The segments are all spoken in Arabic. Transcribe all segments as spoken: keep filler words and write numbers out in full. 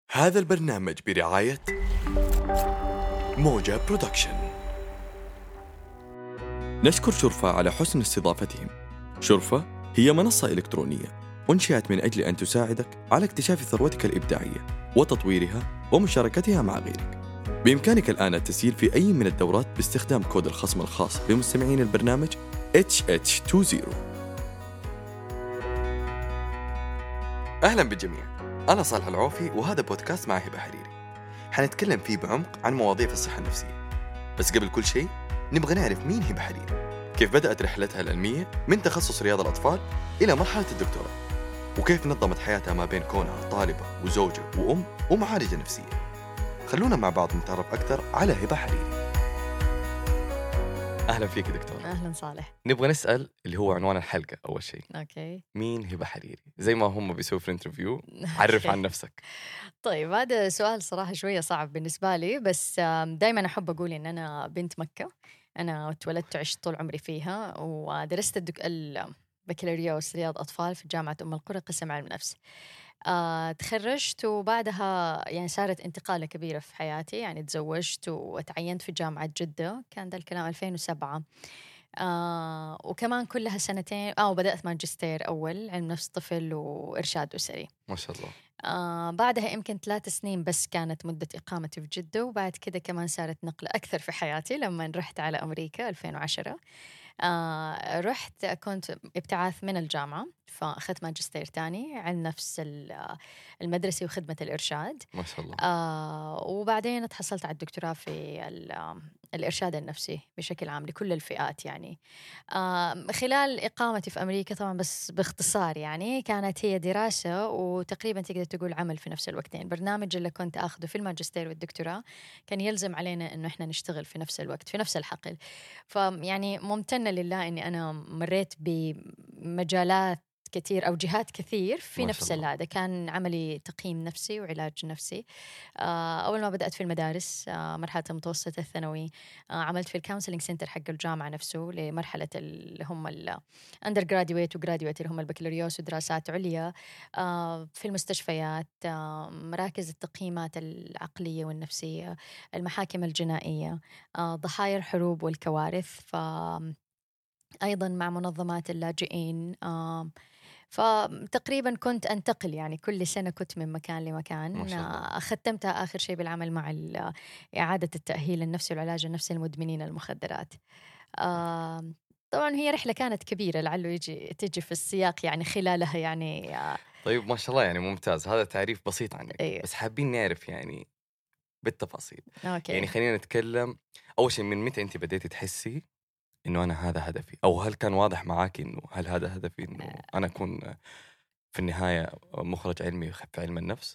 هذا البرنامج برعاية موجة برودكشن. نشكر شرفة على حسن استضافتهم. شرفة هي منصة إلكترونية أنشئت من أجل أن تساعدك على اكتشاف ثروتك الإبداعية وتطويرها ومشاركتها مع غيرك. بإمكانك الآن التسجيل في أي من الدورات باستخدام كود الخصم الخاص بمستمعين البرنامج إتش إتش عشرين. أهلا بالجميع، أنا صالح العوفي وهذا بودكاست مع هبة حريري. حنتكلم فيه بعمق عن مواضيع في الصحة النفسية. بس قبل كل شيء نبغى نعرف مين هبة حريري، كيف بدأت رحلتها العلمية من تخصص رياض الأطفال إلى مرحلة الدكتوراه، وكيف نظمت حياتها ما بين كونها طالبة وزوجة وأم ومعالجة نفسية. خلونا مع بعض نتعرف أكثر على هبة حريري. أهلا فيك دكتور. أهلا صالح. نبغى نسأل اللي هو عنوان الحلقة أول شيء، أوكي. مين هبة حريري؟ زي ما هم بيسووا في الانترفيو، عرف عن نفسك. طيب هذا سؤال صراحة شوية صعب بالنسبة لي، بس دايما أحب أقول إن أنا بنت مكة. أنا اتولدت وعشت طول عمري فيها، ودرست الدك... البكالوريوس رياض أطفال في جامعة أم القرى قسم علم نفس. آه، تخرجت وبعدها يعني صارت انتقالة كبيرة في حياتي، يعني تزوجت وتعينت في جامعة جدة، كان ذا الكلام ألفين وسبعة. آه، وكمان كلها سنتين آه وبدأت ماجستير أول علم نفس طفل وإرشاد أسري. ما شاء الله. آه، بعدها يمكن ثلاث سنين بس كانت مدة إقامتي في جدة، وبعد كده كمان صارت نقلة أكثر في حياتي لما رحت على أمريكا ألفين وعشرة. آه، رحت كنت ابتعاث من الجامعة، فأخذت ماجستير تاني علم نفس المدرسي وخدمة الإرشاد. ما شاء الله. آه، وبعدين تحصلت على الدكتوراه في الإرشاد النفسي بشكل عام لكل الفئات يعني. آه، خلال إقامتي في أمريكا طبعا، بس باختصار يعني، كانت هي دراسة وتقريبا تقدر تقول عمل في نفس الوقتين. البرنامج اللي كنت أخذه في الماجستير والدكتوراه كان يلزم علينا إنه إحنا نشتغل في نفس الوقت في نفس الحقل. فيعني ممتنة لله إني أنا مريت بمجالات كثير أو جهات كثير في نفس هذا. كان عملي تقييم نفسي وعلاج نفسي. آه، أول ما بدأت في المدارس، آه، مرحلة المتوسط الثانوي، آه، عملت في الكونسلينج سنتر حق الجامعة نفسه لمرحلة اللي هم الأندر جراديويت وجراديويت اللي هم البكالوريوس ودراسات عليا. آه، في المستشفيات، آه، مراكز التقييمات العقلية والنفسية، المحاكم الجنائية، آه، ضحايا الحروب والكوارث، ف أيضا مع منظمات اللاجئين. آه، فتقريبا كنت أنتقل يعني كل سنة، كنت من مكان لمكان. ختمتها آخر شيء بالعمل مع إعادة التأهيل النفسي والعلاج النفسي للمدمنين المخدرات. آه، طبعا هي رحلة كانت كبيرة، لعله يجي تجي في السياق يعني خلالها يعني. آه طيب ما شاء الله، يعني ممتاز. هذا تعريف بسيط عنك. أيه. بس حابين نعرف يعني بالتفاصيل. أوكي. يعني خلينا نتكلم أول شيء، من متى أنت بديتي تحسي إنه أنا هذا هدفي، أو هل كان واضح معاك إنه هل هذا هدفي، إنه أنا أكون في النهاية مخرج علمي في علم النفس؟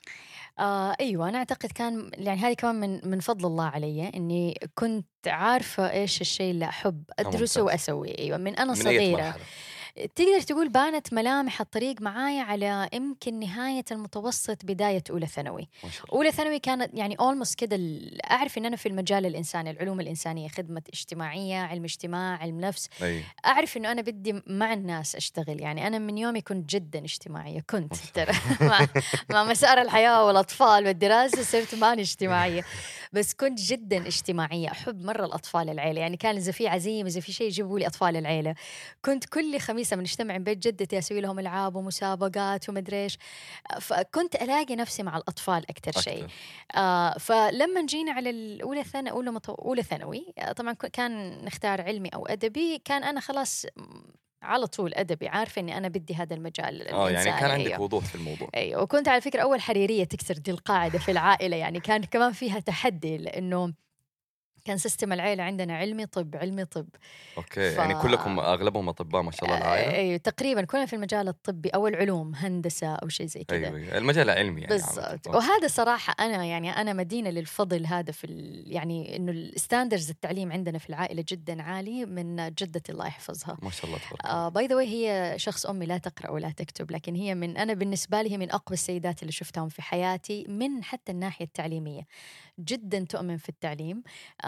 آه أيوة، أنا أعتقد كان يعني هذه كمان من من فضل الله علي، إني كنت عارفة إيش الشيء اللي أحب أدرسه وأسويه. أيوة، من أنا من صغيرة تقدر تقول بانت ملامح الطريق معايا على يمكن نهاية المتوسط بداية أولى ثانوي. أولى ثانوي كانت يعني almost كده، أعرف إن أنا في المجال الإنساني، العلوم الإنسانية، خدمة اجتماعية، علم اجتماع، علم نفس. أي. أعرف إنه أنا بدي مع الناس أشتغل. يعني أنا من يومي كنت جدا اجتماعية، كنت ترى مع, مع مسار الحياة والأطفال والدراسة صرت ماني اجتماعية، بس كنت جدا اجتماعية. أحب مرة الأطفال العيلة، يعني كان إذا في عزيمة إذا في شيء يجيبوا لي أطفال العيلة. كنت كل خميس بنجتمع بيت جدتي أسوي لهم ألعاب ومسابقات ومدري إيش، فكنت ألاقي نفسي مع الأطفال أكتر شيء. آه، فلما جينا على الأولى ثانوي أولى مطو... أولى ثانوي، طبعا كان نختار علمي أو أدبي. كان أنا خلاص على طول أدبي، عارفة إني أنا بدي هذا المجال. اه يعني كان عندك أيوه. وضوح في الموضوع. أيوه، وكنت على فكرة أول حريرية تكسر دي القاعدة في العائلة. يعني كان كمان فيها تحدي، لأنه كان سيستم العائلة عندنا علمي طب علمي طب. اوكي ف... يعني كلكم اغلبهم اطباء ما شاء الله العائله. ايوه تقريبا كلنا في المجال الطبي او العلوم، هندسه او شيء زي كذا. ايوه المجال العلمي يعني بالضبط. وهذا صراحه انا يعني انا مدينه للفضل هذا في ال... يعني انه الستاندرز التعليم عندنا في العائله جدا عالي من جدتي الله يحفظها ما شاء الله تبارك الله. باي ذا واي، هي شخص امي لا تقرا ولا تكتب، لكن هي من انا بالنسبه لي هي من اقوى السيدات اللي شفتهم في حياتي، من حتى الناحيه التعليميه. جدا تؤمن في التعليم.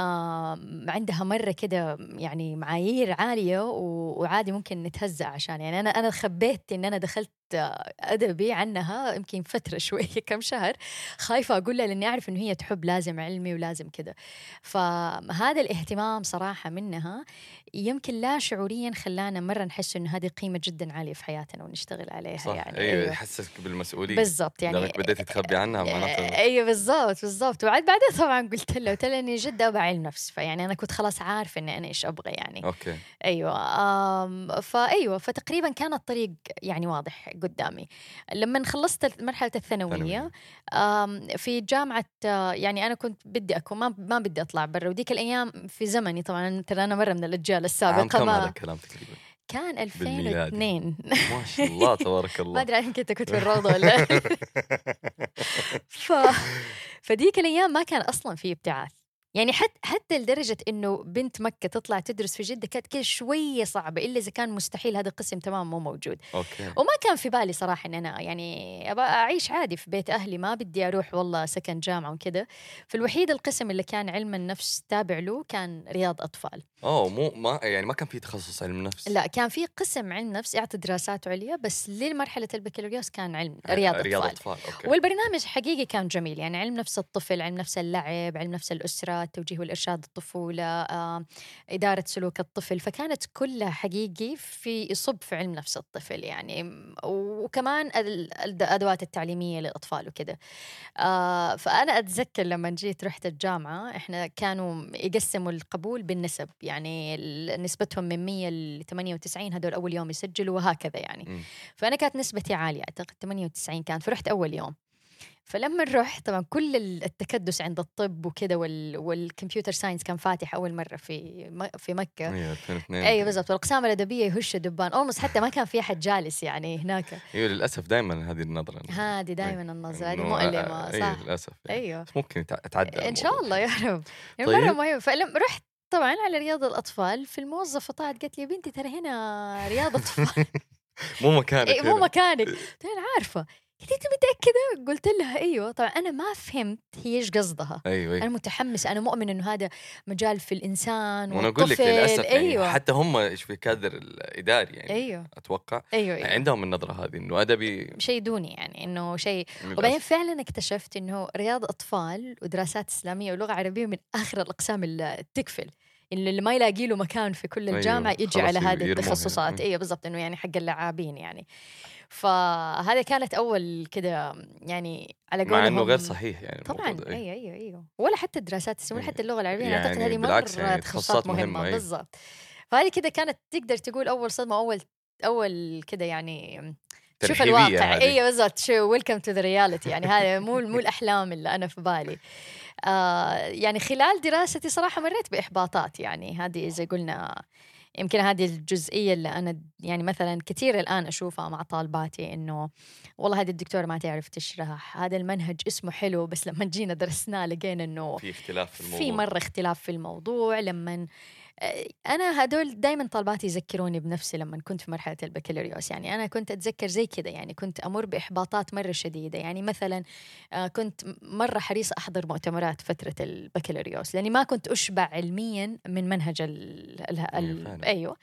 آه عندها مرة كده يعني معايير عالية، وعادي ممكن نتهزأ عشان يعني أنا أنا خبيت إن أنا دخلت أدبي عنها يمكن فترة شوية كم شهر، خايفة أقول لها لأني أعرف إنه هي تحب لازم علمي ولازم كده. فهذا الاهتمام صراحة منها يمكن لا شعوريا خلانا مرة نحس إنه هذه قيمة جدا عالية في حياتنا ونشتغل عليها. صح. يعني أيوة, أيوة. يحسسك بالمسؤولية بالضبط يعني لذلك بديت تخبي عنها معناته. ايوه بالضبط بالضبط. وبعد بعدين طبعا قلت له قلت له اني جدا ابغى علم نفس، فيعني انا كنت خلاص عارفه اني انا ايش ابغى يعني. اوكي. ايوه آم فايوه فتقريبا كان الطريق يعني واضح قدامي. لما خلصت مرحله الثانويه آم في جامعه، يعني انا كنت بدي اكون ما ما بدي اطلع برا، وديك الايام في زمني طبعا ترى انا مره من الاجيال السابقه. عام كم هذا الكلام تقريبا؟ كان ألفين واثنين. ما شاء الله تبارك الله. ما أدري عنك أنت كنت في الروضة ولا. ف... فديك الأيام ما كان أصلاً في ابتعاث، يعني حتى حتى لدرجة إنه بنت مكة تطلع تدرس في جدة كانت كده شوية صعبة، إلا إذا كان مستحيل هذا القسم تمام مو موجود. أوكي. وما كان في بالي صراحة إن أنا يعني أبغى أعيش عادي في بيت أهلي، ما بدي أروح والله سكن جامعة وكده. فالوحيد القسم اللي كان علم النفس تابع له كان رياض أطفال. أوه مو ما يعني ما كان في تخصص علم نفس؟ لا كان في قسم علم نفس يعطي دراسات عليا، بس للمرحلة البكالوريوس كان علم رياض أطفال. رياض أطفال. أوكي. والبرنامج حقيقي كان جميل، يعني علم نفس الطفل، علم نفس اللعب، علم نفس الأسرة، التوجيه والإرشاد الطفولة، آه، إدارة سلوك الطفل. فكانت كلها حقيقي في يصب في علم نفس الطفل يعني، وكمان الأدوات التعليمية للأطفال وكده. آه فأنا أتذكر لما جيت رحت الجامعة إحنا كانوا يقسموا القبول بالنسب، يعني نسبتهم من مية ل ثمانية وتسعين هدول أول يوم يسجلوا وهكذا يعني. م. فأنا كانت نسبتي عالية أعتقد ثمانية وتسعين كانت، فرحت أول يوم. فلما رحت طبعا كل التكدس عند الطب وكده وال... والكمبيوتر ساينس كان فاتح أول مرة في م... في مكة. أيوة ألفين واثنين. أيوة بالضبط. والأقسام الأدبية يهش دبان أولموس، حتى ما كان في أحد جالس يعني هناك. أيوة للأسف دائما هذه النظرة. هذه دائما النظرة هذه مؤلمة. صح. أيوة للأسف. يعني. أيوة. ممكن تعدل إن شاء الله يا رب. يعني طيب. مرة مهم. فلما رحت طبعا على رياض الأطفال، في الموظفة طلعت قالت لي يا بنتي ترى هنا رياض أطفال. مو مكانك. إيه مو مكانك. أنا عارفة. قلت أنت متأكدة؟ قلت لها أيوة. طبعا أنا ما فهمت هي إيش قصدها. أيوة أيوة. أنا متحمس، أنا مؤمن إنه هذا مجال في الإنسان وأنا أقول لك للأسف يعني أيوة. حتى هم إيش في كادر الإداري يعني. أيوة. أتوقع. أيوة أيوة. عندهم النظرة هذه إنه أدبي شيء دوني يعني إنه شيء. وبعدين فعلا اكتشفت إنه رياض أطفال ودراسات إسلامية ولغة عربية من آخر الأقسام اللي تكفل، اللي ما يلاقي له مكان في كل الجامعة. أيوة. يجي على هذه التخصصات. أيوة بالضبط. إنه يعني حق اللاعبين يعني. فهذا كانت أول كده يعني على قولهم، مع إنه غير صحيح يعني. طبعا أيوة أيوة أيوة. ولا حتى الدراسات السنوية ولا حتى اللغة العربية يعني أعتقد هذه مرة يعني تخصصات مهمة, مهمة. أيوة. بالضبط. فهذه كده كانت تقدر تقول أول صدمة، أول أول كده يعني شوف الواقع. ايوه بالضبط. شو ويلكم تو ذا رياليتي يعني. هذا مو مو الاحلام اللي انا في بالي. آه يعني خلال دراستي صراحه مريت باحباطات، يعني هذه اذا قلنا يمكن هذه الجزئيه اللي انا يعني مثلا كثير الان اشوفها مع طالباتي، انه والله هذه الدكتوره ما تعرف تشرح، هذا المنهج اسمه حلو بس لما جينا درسناه لقينا انه في اختلاف في الموضوع، في مره اختلاف في الموضوع. لما أنا هدول دايما طالباتي يذكروني بنفسي لما كنت في مرحلة البكالوريوس. يعني أنا كنت أتذكر زي كده، يعني كنت أمر بإحباطات مرة شديدة. يعني مثلا كنت مرة حريصة أحضر مؤتمرات فترة البكالوريوس لأني ما كنت أشبع علميا من منهج ال ال ال أيوة.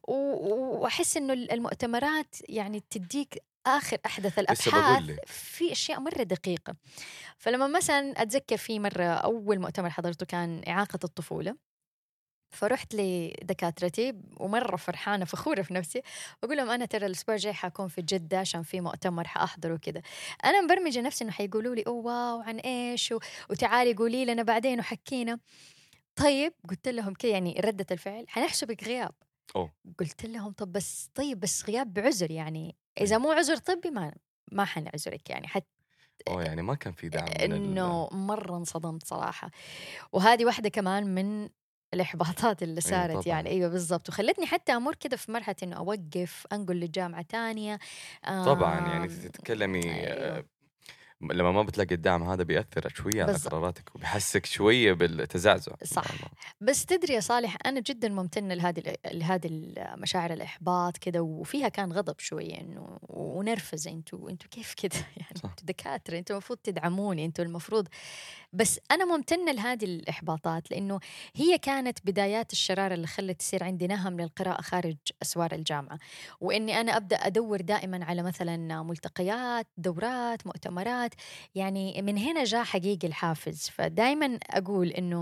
وأحس إنه المؤتمرات يعني تديك آخر أحدث الأبحاث في أشياء مرة دقيقة. فلما مثلا أتذكر في مرة أول مؤتمر حضرته كان إعاقة الطفولة، فرحت لدكاترتي ومرة فرحانة فخورة في نفسي، وأقول لهم أنا ترى الأسبوع الجاي حكون في جدة عشان في مؤتمر حأحضره كده. أنا مبرمجة نفسي إنه حيقولوا لي أوه واو عن إيش و... وتعالي قولي لنا بعدين وحكينا. طيب قلت لهم كده يعني ردة الفعل حنحسبك غياب. أوه. قلت لهم طب بس طيب بس غياب بعذر، يعني إذا مو عذر طبي ما ما حنعذرك يعني. حتى أوه يعني ما كان في دعم. إنه مرة انصدمت صراحة. وهذه واحدة كمان من الإحباطات اللي صارت. أيوة يعني أيوة بالضبط. وخلتني حتى أمر كده في مرحلة إنه أوقف أنقل لجامعة تانية. طبعا يعني تتكلمي. أيوة. لما ما بتلاقي الدعم هذا بيأثر شوية على قراراتك وبيحسك شوية بالتزعزع. صح. بس تدري يا صالح أنا جدا ممتنة لهذه لهذه المشاعر الإحباط كده، وفيها كان غضب شوية إنه ونرفز. أنتوا أنتوا كيف كده يعني؟ أنتوا دكاترة، أنتوا المفروض تدعموني، أنتوا المفروض بس أنا ممتنة لهذه الإحباطات، لأنه هي كانت بدايات الشرارة اللي خلت يصير عندي نهم للقراءة خارج أسوار الجامعة، وإني أنا أبدأ أدور دائما على مثلا ملتقيات، دورات، مؤتمرات. يعني من هنا جاء حقيقي الحافز. فدائما أقول إنه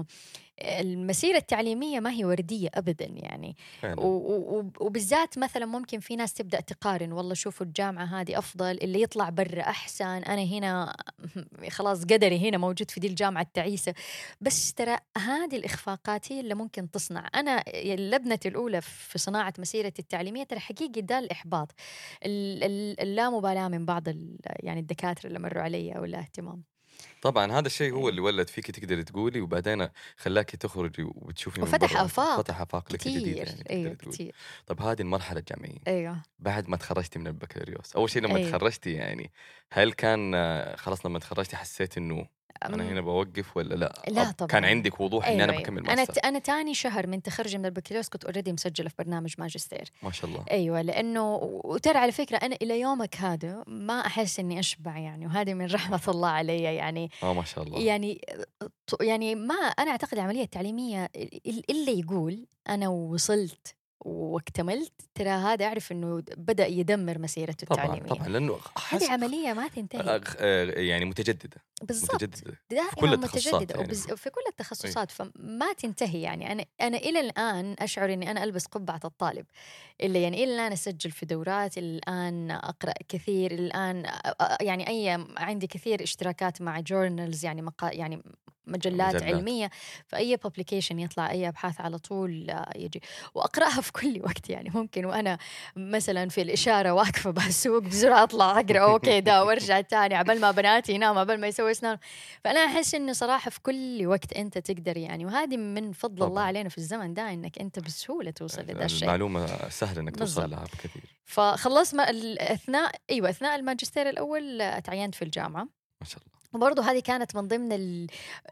المسيرة التعليمية ما هي وردية أبدا يعني. فعلا. و- و- وبالذات مثلا ممكن في ناس تبدأ تقارن، والله شوفوا الجامعة هذه أفضل، اللي يطلع برا أحسن، أنا هنا خلاص قدري هنا موجود في دي الجامعة التعيسة. بس ترى هذه الإخفاقات هي اللي ممكن تصنع. أنا اللبنة الأولى في صناعة مسيرتي التعليمية ترى حقيقي ده الإحباط، ال- ال- اللامبالاة من بعض ال- يعني الدكاترة اللي مروا علي أو لا اهتمام. طبعا هذا الشيء هو أيوة. اللي ولد فيك تقدري تقولي، وبعدين خلاكي تخرجي وتشوفي من وفتح برا، آفاق فتح آفاق لك جديدة كتير. يعني تقدري أيوة تقولي. كتير. طب هذه المرحلة الجامعية أيوة. بعد ما تخرجتي من البكالوريوس، أول شيء لما أيوة. تخرجتي يعني هل كان آه، خلاص لما تخرجتي حسيت إنه أنا أم- هنا بوقف ولا لا؟ لا أب- طبعاً. كان عندك وضوح إني أنا أيوة بكمل أيوة. أنا ماستر؟ ت- أنا تاني شهر من تخرجي من البكالوريوس كنت أوريدي مسجلة في برنامج ماجستير. ما شاء الله. أيوة، لأنه وترى على فكرة أنا إلى يومك هذا ما أحس إني أشبع يعني، وهذه من رحمة الله علي يعني. آه ما شاء الله. يعني ط- يعني ما أنا أعتقد العملية التعليمية ال- اللي يقول أنا وصلت واكتملت، ترى هذا أعرف إنه بدأ يدمر مسيرته طبعا التعليمية. طبعا لأنه هذه عملية ما تنتهي. أغ- آه، يعني متجددة. بالضبط، متجددة في دائما كل التخصصات متجددة يعني. وبز... في كل التخصصات، فما تنتهي يعني. أنا أنا إلى الآن أشعر إني أنا ألبس قبعة الطالب، اللي يعني إلى الآن أسجل في دورات، إلى الآن أقرأ كثير، إلى الآن أ- أ- يعني أي عندي كثير اشتراكات مع جورنالز يعني مقا... يعني مجلات, مجلات. علمية، فأي ببليكيشن يطلع أي أبحاث على طول آه، يجي وأقرأها في كل وقت يعني. ممكن وأنا مثلا في الإشارة واقفة بسوق بسرعة أطلع أقرأ أوكي ده وأرجع تاني عبال ما بناتي ينام، عبال ما يسوي أسنان. فأنا أحس إنه صراحة في كل وقت أنت تقدر يعني، وهذه من فضل طبعاً. الله علينا في الزمن ده، إنك أنت بسهولة توصل لذا الشيء. المعلومة سهلة إنك توصل بالضبط. لها بكثير. فخلص ما أثناء أيوة أثناء الماجستير الأول آه، تعينت في الجامعة. ما شاء الله. وبرضه هذه كانت من ضمن ال...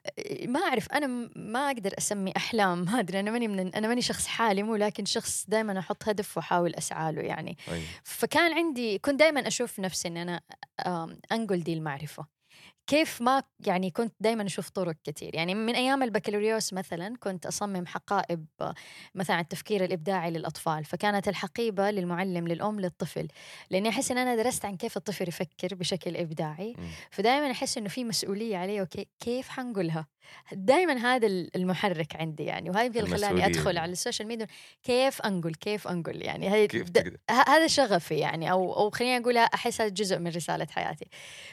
ما أعرف أنا م- ما أقدر أسمي أحلام، ما أدري، أنا ماني من أنا ماني شخص حالم، ولكن شخص دائما أحط هدف وأحاول أسعى له يعني. أيوة. فكان عندي كنت دائما أشوف نفسي إن أنا آم، أنقل دي المعرفة. كيف ما يعني كنت دائما أشوف طرق كتير يعني. من أيام البكالوريوس مثلا كنت أصمم حقائب آه، مثلا عن التفكير الإبداعي للأطفال، فكانت الحقيبة للمعلم للأم للطفل، لأني أحس إن أنا درست عن كيف الطفل يفكر بشكل إبداعي. مم. فدائما أحس إنه في مسؤولية علي، وكي كيف حنقولها. دائما هذا المحرك عندي يعني، وهذا اللي خلاني المسؤولية أدخل دي. على السوشيال ميديا. كيف أنقل كيف أنقل يعني هذه كيف د- تقدر؟ ه- هذا شغفي يعني، أو أو خليني أقولها أحس هذا جزء من رسالة حياتي.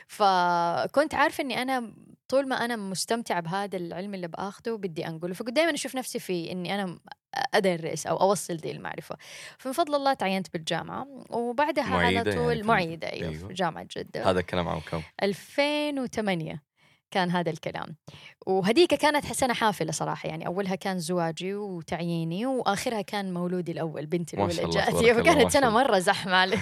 فكنت عارفة إني أنا طول ما أنا مستمتعة بهذا العلم اللي بأخذه بدي أنقله، فكنت دائما أشوف نفسي في إني أنا أدرس أو أوصل دي المعرفة. فمن فضل الله تعينت بالجامعة، وبعدها على معيدة طول يعني في- معيدة أيوة, أيوة. في جامعة جدة. هذا الكلام عن كم؟ ألفين وثمانية كان هذا الكلام. وهديك كانت سنة حافلة صراحة يعني، أولها كان زواجي وتعييني، وآخرها كان مولودي الأول بنتي ما الأولى شاء الله، جاتي، تبارك الله، ما فكانت شاء سنة الله. مرة زحمة علي.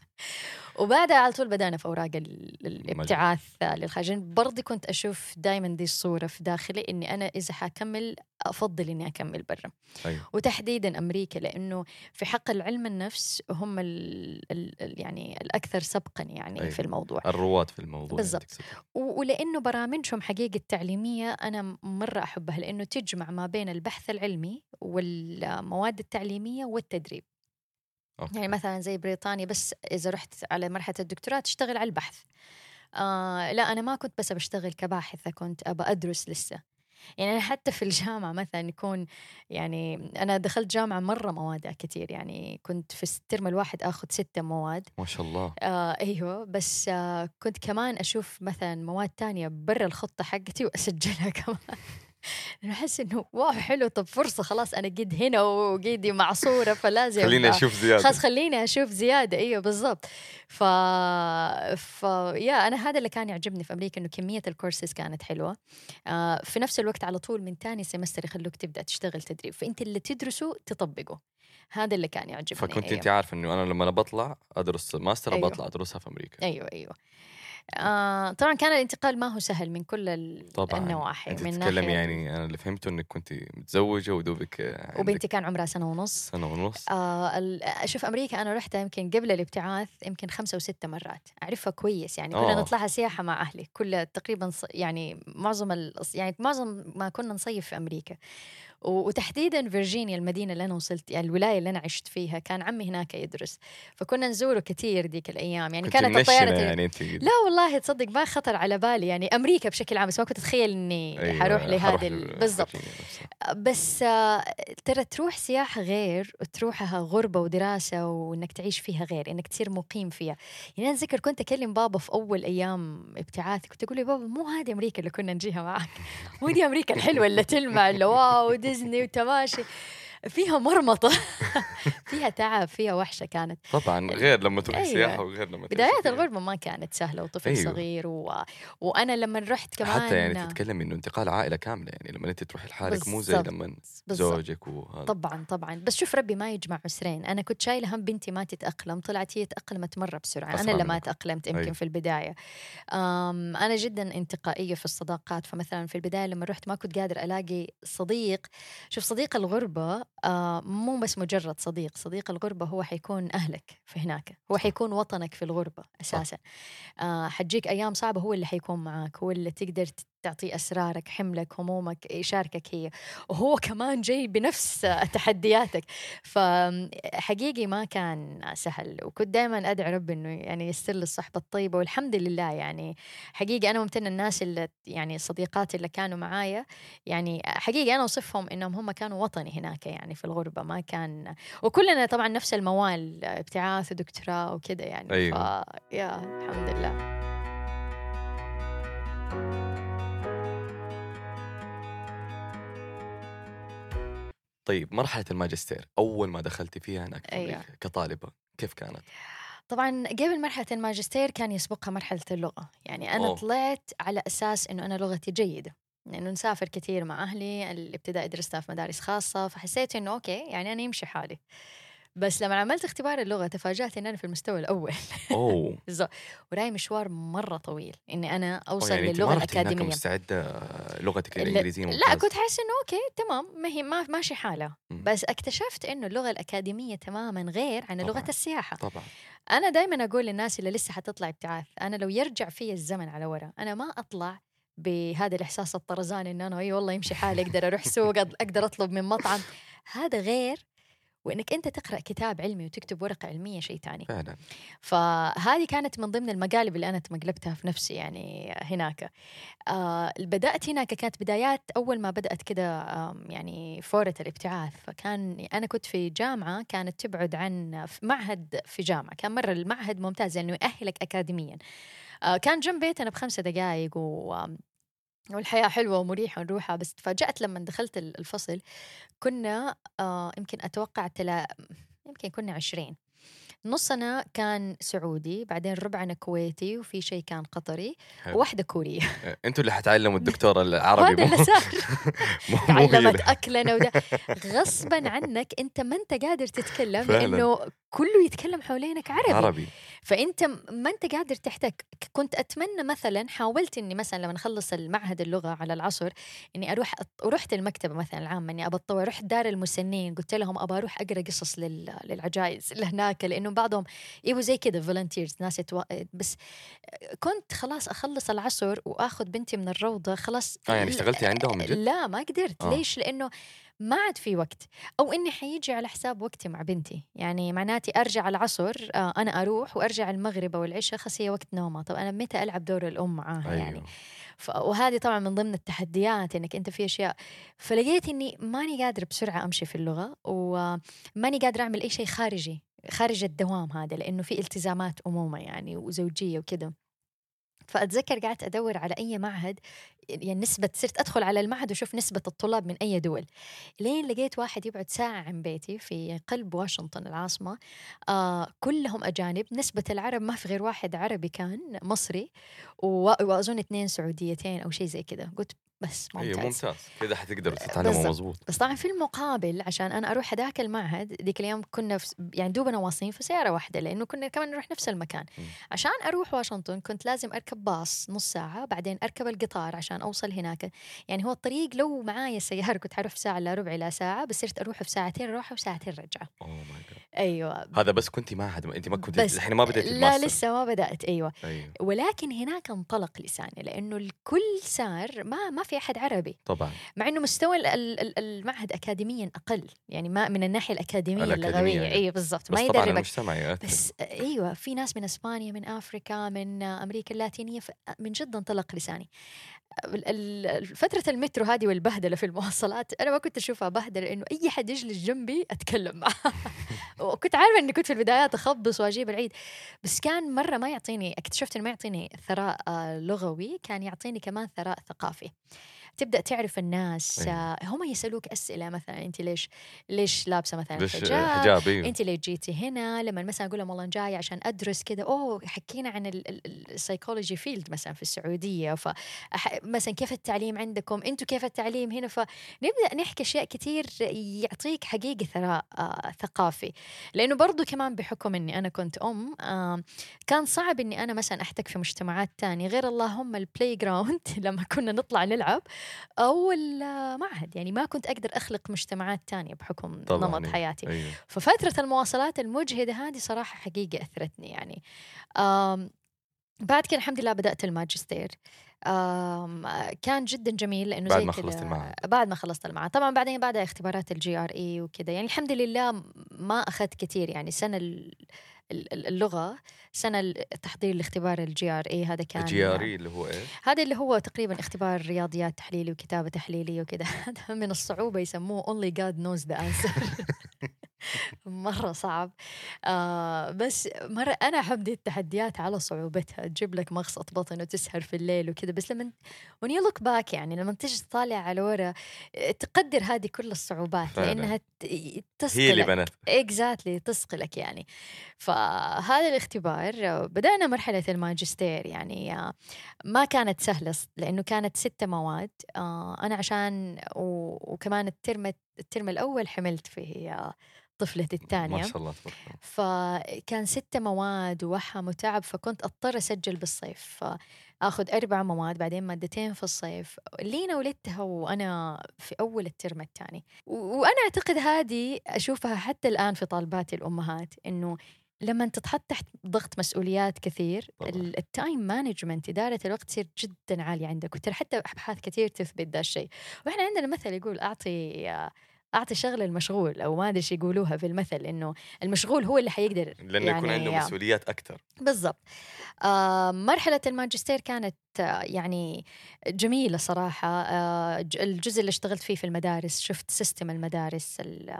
وبعدها على طول بدأنا في أوراق ال- الابتعاث للخارجين. برضه كنت أشوف دايما دي الصورة في داخلي إني أنا إذا حكمل أفضل إني أكمل برا. أيوة. وتحديدا أمريكا، لأنه في حق العلم النفس هم ال ال ال يعني الأكثر سبقا يعني أيوة. في الموضوع. الرواد في الموضوع بالضبط. يعني تقصد. و- ولأنه برامجهم حقيقة التعليمية أنا مرة أحبها، لأنه تجمع ما بين البحث العلمي والمواد التعليمية والتدريب. أوكي. يعني مثلا زي بريطانيا، بس إذا رحت على مرحلة الدكتوراه تشتغل على البحث. آه لا أنا ما كنت بس بشتغل كباحثة، كنت أبى أدرس لسه. يعني أنا حتى في الجامعة مثلا يكون يعني أنا دخلت جامعة مرة مواد كتير يعني، كنت في الترم الواحد أخذ ستة مواد. ما شاء الله. آه أيوه، بس آه كنت كمان أشوف مثلا مواد تانية برا الخطة حقتي وأسجلها كمان. أنا أحس إنه واو حلو، طب فرصة خلاص أنا قد هنا وقيدي معصورة فلازم خليني أشوف زيادة. خلاص خليني أشوف زيادة. أيوه بالضبط. ف... ف يا أنا هذا اللي كان يعجبني في أمريكا، إنه كمية الكورسز كانت حلوة. آه في نفس الوقت على طول من تاني سمستر يخلوك تبدأ تشتغل تدريب، فأنت اللي تدرسه تطبقه. هذا اللي كان يعجبني. فكنت أيوه. أنت عارف إنه أنا لما أنا بطلع أدرس ماستر أيوه. بطلع أدرسها في أمريكا. أيوه أيوه. آه طبعا كان الانتقال ما هو سهل من كل ال- طبعاً. النواحي. أنت من تتكلم ناحية يعني يعني أنا اللي فهمته إنك كنت متزوجة ودوبك وبنتي كان عمرها سنة ونص. سنة ونص. آه شوف أمريكا أنا رحتها يمكن قبل الابتعاث يمكن خمسة وستة مرات، أعرفها كويس يعني. كنا آه. نطلعها سياحة مع أهلي كل تقريبا يعني معظم ال... يعني معظم ما كنا نصيف في أمريكا، وتحديدا فيرجينيا المدينة اللي أنا وصلت يعني الولاية اللي أنا عشت فيها كان عمي هناك يدرس، فكنا نزوره كثير ديك الأيام يعني. كانت الطيارة يعني انت... لا والله تصدق ما خطر على بالي يعني أمريكا بشكل عام، بس ما كنت أتخيل إني أيوة حروح لهذه ال... بالضبط. بس ترى تروح سياحة غير وتروحها غربة ودراسة وإنك تعيش فيها غير إنك تصير مقيم فيها. يعني أنا أتذكر كنت أكلم بابا في أول أيام ابتعاثي، كنت أقول له بابا مو هذه أمريكا اللي كنا نجيها معك، مو دي أمريكا الحلوة اللي تلمع اللي واو ديزني وتماشي، فيها مرمطة فيها تعب فيها وحشة كانت طبعا غير لما تروح أيوة. سياحة وغير لما بدايات الغربة ما كانت سهلة وطفل أيوة. صغير و... وأنا لما رحت كمان حتى يعني تتكلم إنه انتقال عائلة كاملة يعني لما أنت تروحي لحالك مو زي لما زوجك وهذا. طبعا طبعا بس شوف ربي ما يجمع عسرين. أنا كنت شايلة هم بنتي ما تتأقلم، طلعت هي تأقلمت مرة بسرعة، أنا اللي ما تأقلمت يمكن أيوة. في البداية أم أنا جدا انتقائية في الصداقات، فمثلا في البداية لما رحت ما كنت قادر ألاقي صديق. شوف صديق الغربة آه مو بس مجرد صديق، صديق الغربة هو حيكون أهلك في هناك، هو حيكون وطنك في الغربة أساسا. آه حتجيك أيام صعبة هو اللي حيكون معاك، هو اللي تقدر تعطي أسرارك حملك همومك يشاركك هي، وهو كمان جاي بنفس تحدياتك. فحقيقي ما كان سهل، وكنت دائما أدعي رب إنه يعني يستر لي الصحبة الطيبة، والحمد لله يعني حقيقي أنا ممتنة الناس اللي يعني صديقاتي اللي كانوا معايا يعني حقيقي أنا أوصفهم إنهم هم كانوا وطني هناك يعني في الغربة. ما كان وكلنا طبعا نفس الموال ابتعاث ودكتوراه وكده يعني أيوة. ف... يا الحمد لله. طيب مرحلة الماجستير أول ما دخلتي فيها هناك في أمريكا أيوة. كطالبة كيف كانت؟ طبعا قبل مرحلة الماجستير كان يسبقها مرحلة اللغة. يعني أنا أوه. طلعت على أساس إنه أنا لغتي جيدة، لأنه نسافر كثير مع أهلي، الابتدائي درستها في مدارس خاصة، فحسيت إنه أوكي يعني أنا يمشي حالي. بس لما عملت اختبار اللغة تفاجأت إن أنا في المستوى الأول. أوه. وراي مشوار مرة طويل إني أنا أوصل يعني للغة الأكاديمية. يعني مستعدة لغتك الإنجليزية ممتاز؟ لا كنت حاسة إنه أوكي تمام ما هي ما ماشي حالة. م. بس اكتشفت إنه اللغة الأكاديمية تماما غير عن طبعًا. لغة السياحة. طبعا. أنا دايما أقول للناس اللي لسه حتطلع ابتعاث، أنا لو يرجع في الزمن على ورا أنا ما أطلع بهذا الإحساس الطرزان إن أنا أي والله يمشي حالي أقدر أروح سوق أقدر أطلب من مطعم. هذا غير، وإنك أنت تقرأ كتاب علمي وتكتب ورقة علمية شيء تاني فعلا. فهذه كانت من ضمن المقالب اللي أنا تمقلبتها في نفسي يعني هناك. آه بدأت هناك كانت بدايات أول ما بدأت كده آه يعني فورة الابتعاث. فكان أنا كنت في جامعة كانت تبعد عن معهد في جامعة، كان مرة المعهد ممتاز لأنه يعني يؤهلك أكاديميا. آه كان جنب بيتنا بخمسة دقائق و والحياة حلوة ومريحة نروحها. بس تفاجأت لما دخلت الفصل كنا آه يمكن أتوقع تلا يمكن كنا عشرين، نصنا كان سعودي، بعدين ربعنا كويتي، وفي شيء كان قطري، وواحدة كورية. انتوا اللي حتعلموا الدكتور العربي. هذا اللي صار. تعلمت أكلنا وده غصبا عنك، انت ما انت قادر تتكلم فعلا. لأنه كله يتكلم حولينك عربي, عربي. فأنت ما أنت قادر تحتك. كنت أتمنى مثلا، حاولت إني مثلا لما نخلص المعهد اللغة على العصر إني أروح ورحت المكتبة مثلا العامة إني أبى أتطوع، رحت دار المسنين قلت لهم أبى أروح أقرأ قصص لل... للعجائز اللي هناك، لأنه بعضهم يبوا زي كده فولنتيرز ناس يتو... بس كنت خلاص أخلص العصر وأخذ بنتي من الروضة خلاص. آه يعني اشتغلتي عندهم جد؟ لا ما قدرت. آه. ليش؟ لأنه ما عاد في وقت، أو إني حيجي على حساب وقتي مع بنتي. يعني معناتي أرجع العصر آه أنا أروح وأرجع المغرب والعشاء خلاص هي وقت نومها. طب أنا متى ألعب دور الأم معاها؟ أيوه. يعني ف... وهذه طبعا من ضمن التحديات إنك أنت في أشياء. فلقيت إني ماني قادرة بسرعة أمشي في اللغة، وماني قادرة أعمل أي شيء خارجي خارج الدوام هذا، لأنه في التزامات أمومة يعني وزوجية وكده. فأتذكر قعدت أدور على أي معهد، يعني نسبة صرت أدخل على المعهد وشوف نسبة الطلاب من أي دول، لين لقيت واحد يبعد ساعة عن بيتي في قلب واشنطن العاصمة. آه كلهم أجانب، نسبة العرب ما في غير واحد عربي كان مصري، وأظن اثنين سعوديتين أو شيء زي كده. قلت بس ممتاز. أيه ممتاز كذا حتقدروا تتعلموا مظبوط. بس طبعا في المقابل عشان أنا أروح هذاك المعهد ديك اليوم كنا يعني دوبنا واصلين في سيارة واحدة، لأنه كنا كمان نروح نفس المكان. م. عشان أروح واشنطن كنت لازم أركب باص نص ساعة، بعدين أركب القطار عشان عشان أوصل هناك. يعني هو الطريق لو معايا سيارة كنت حروح في ساعة إلا ربع إلى ساعة، بس صرت أروح في ساعتين روحة وساعتين رجعة. أوه ماي جاد. أيوة. هذا بس كنتي معهد، أنت ما كنت بس الحين ما بدأت لا الماستر؟ لسه ما بدأت. أيوة. أيوة. ولكن هناك انطلق لساني لأنه الكل صار ما ما في أحد عربي طبعا، مع إنه مستوى ال- ال- المعهد أكاديميا أقل، يعني ما من الناحية الأكاديمية الأكاديمية اللغوية. يعني. أيوة بالضبط، ما بس طبعا يدربك. المجتمع يأثر. بس أيوة في ناس من أسبانيا، من أفريقيا، من أمريكا اللاتينية، ف- من جد انطلق لساني. ال- ال- فترة المترو هذه والبهدلة في المواصلات أنا ما كنت أشوفها بهدلة، إنه أي حد يجلس جنبي أتكلم معه. وكنت عارفة إني كنت في البدايات أخبص وأجيب العيد، بس كان مرة ما يعطيني، اكتشفت إنه ما يعطيني ثراء آه، لغوي، كان يعطيني كمان ثراء ثقافي. تبدأ تعرف الناس. أيوة. آه، هم يسألوك أسئلة، مثلا أنت ليش ليش لابسة مثلا ليش حجاب؟ حجاب؟ أيوة. أنت ليه جيتي هنا؟ لما مثلا أقول لهم والله جاي عشان أدرس كذا، أوه حكينا عن السايكولوجي فيلد مثلا في السعودية، فمثلا كيف التعليم عندكم، أنتوا كيف التعليم هنا، فنبدأ نحكي أشياء كتير يعطيك حقيقي ثراء آه ثقافي. لأنه برضو كمان بحكم أني أنا كنت أم، آه كان صعب أني أنا مثلا أحتك في مجتمعات تانية غير اللهم البلاي جراوند لما كنا نطلع نلعب، أو المعهد. يعني ما كنت أقدر أخلق مجتمعات تانية بحكم طبعاً. نمط حياتي. أيوة. ففترة المواصلات المجهدة هذه صراحة حقيقة أثرتني يعني. آم بعد كده الحمد لله بدأت الماجستير. آم كان جدا جميل لأنه بعد زي ما خلصت كده المعهد. بعد ما خلصت المعهد طبعا، بعدين بعد اختبارات الجي ار اي وكذا، يعني الحمد لله ما أخذت كتير، يعني سنة اللغة، سنة التحضير لاختبار الجي ار اي، هذا كان الجي ار اي اللي هو ايش؟ هذا اللي هو تقريبا اختبار رياضيات تحليلي وكتابة تحليلية وكذا. هذا من الصعوبة يسموه only God knows the answer. مرة صعب. آه بس مرة أنا أحب دي التحديات على صعوبتها، تجيب لك مغصة بطن وتسهر في الليل وكذا، بس لما when you look back يعني لما تيجي تطالع على ورا تقدر هذه كل الصعوبات فعلا. لأنها تسقلك. هي اللي بنت. exactly تسقلك يعني. فهذا الاختبار بدأنا مرحلة الماجستير، يعني ما كانت سهلة لأنه كانت ستة مواد. أنا عشان وكمان الترم الترم الأول حملت فيه طفلتي الثانية ما شاء الله تبارك الله. فكان ستة مواد ووحم وتعب، فكنت أضطر أسجل بالصيف، فأخذ أربع مواد بعدين مادتين في الصيف. لينا ولدتها وأنا في أول الترم الثاني، وأنا أعتقد هذه أشوفها حتى الآن في طالباتي الأمهات، إنه لما تتحط تحت ضغط مسؤوليات كثير التايم مانجمنت، إدارة الوقت تصير جدا عالية عندك. وترى حتى أبحاث كثير تثبت ذا الشيء. وإحنا عندنا مثل يقول أعطي أعطي شغل المشغول، أو ما أدري إيش يقولوها في المثل، إنه المشغول هو اللي حيقدر لأنه يعني يكون عنده مسؤوليات أكثر. بالضبط. آه مرحلة الماجستير كانت آه يعني جميلة صراحة. آه الجزء اللي اشتغلت فيه في المدارس، شفت سيستم المدارس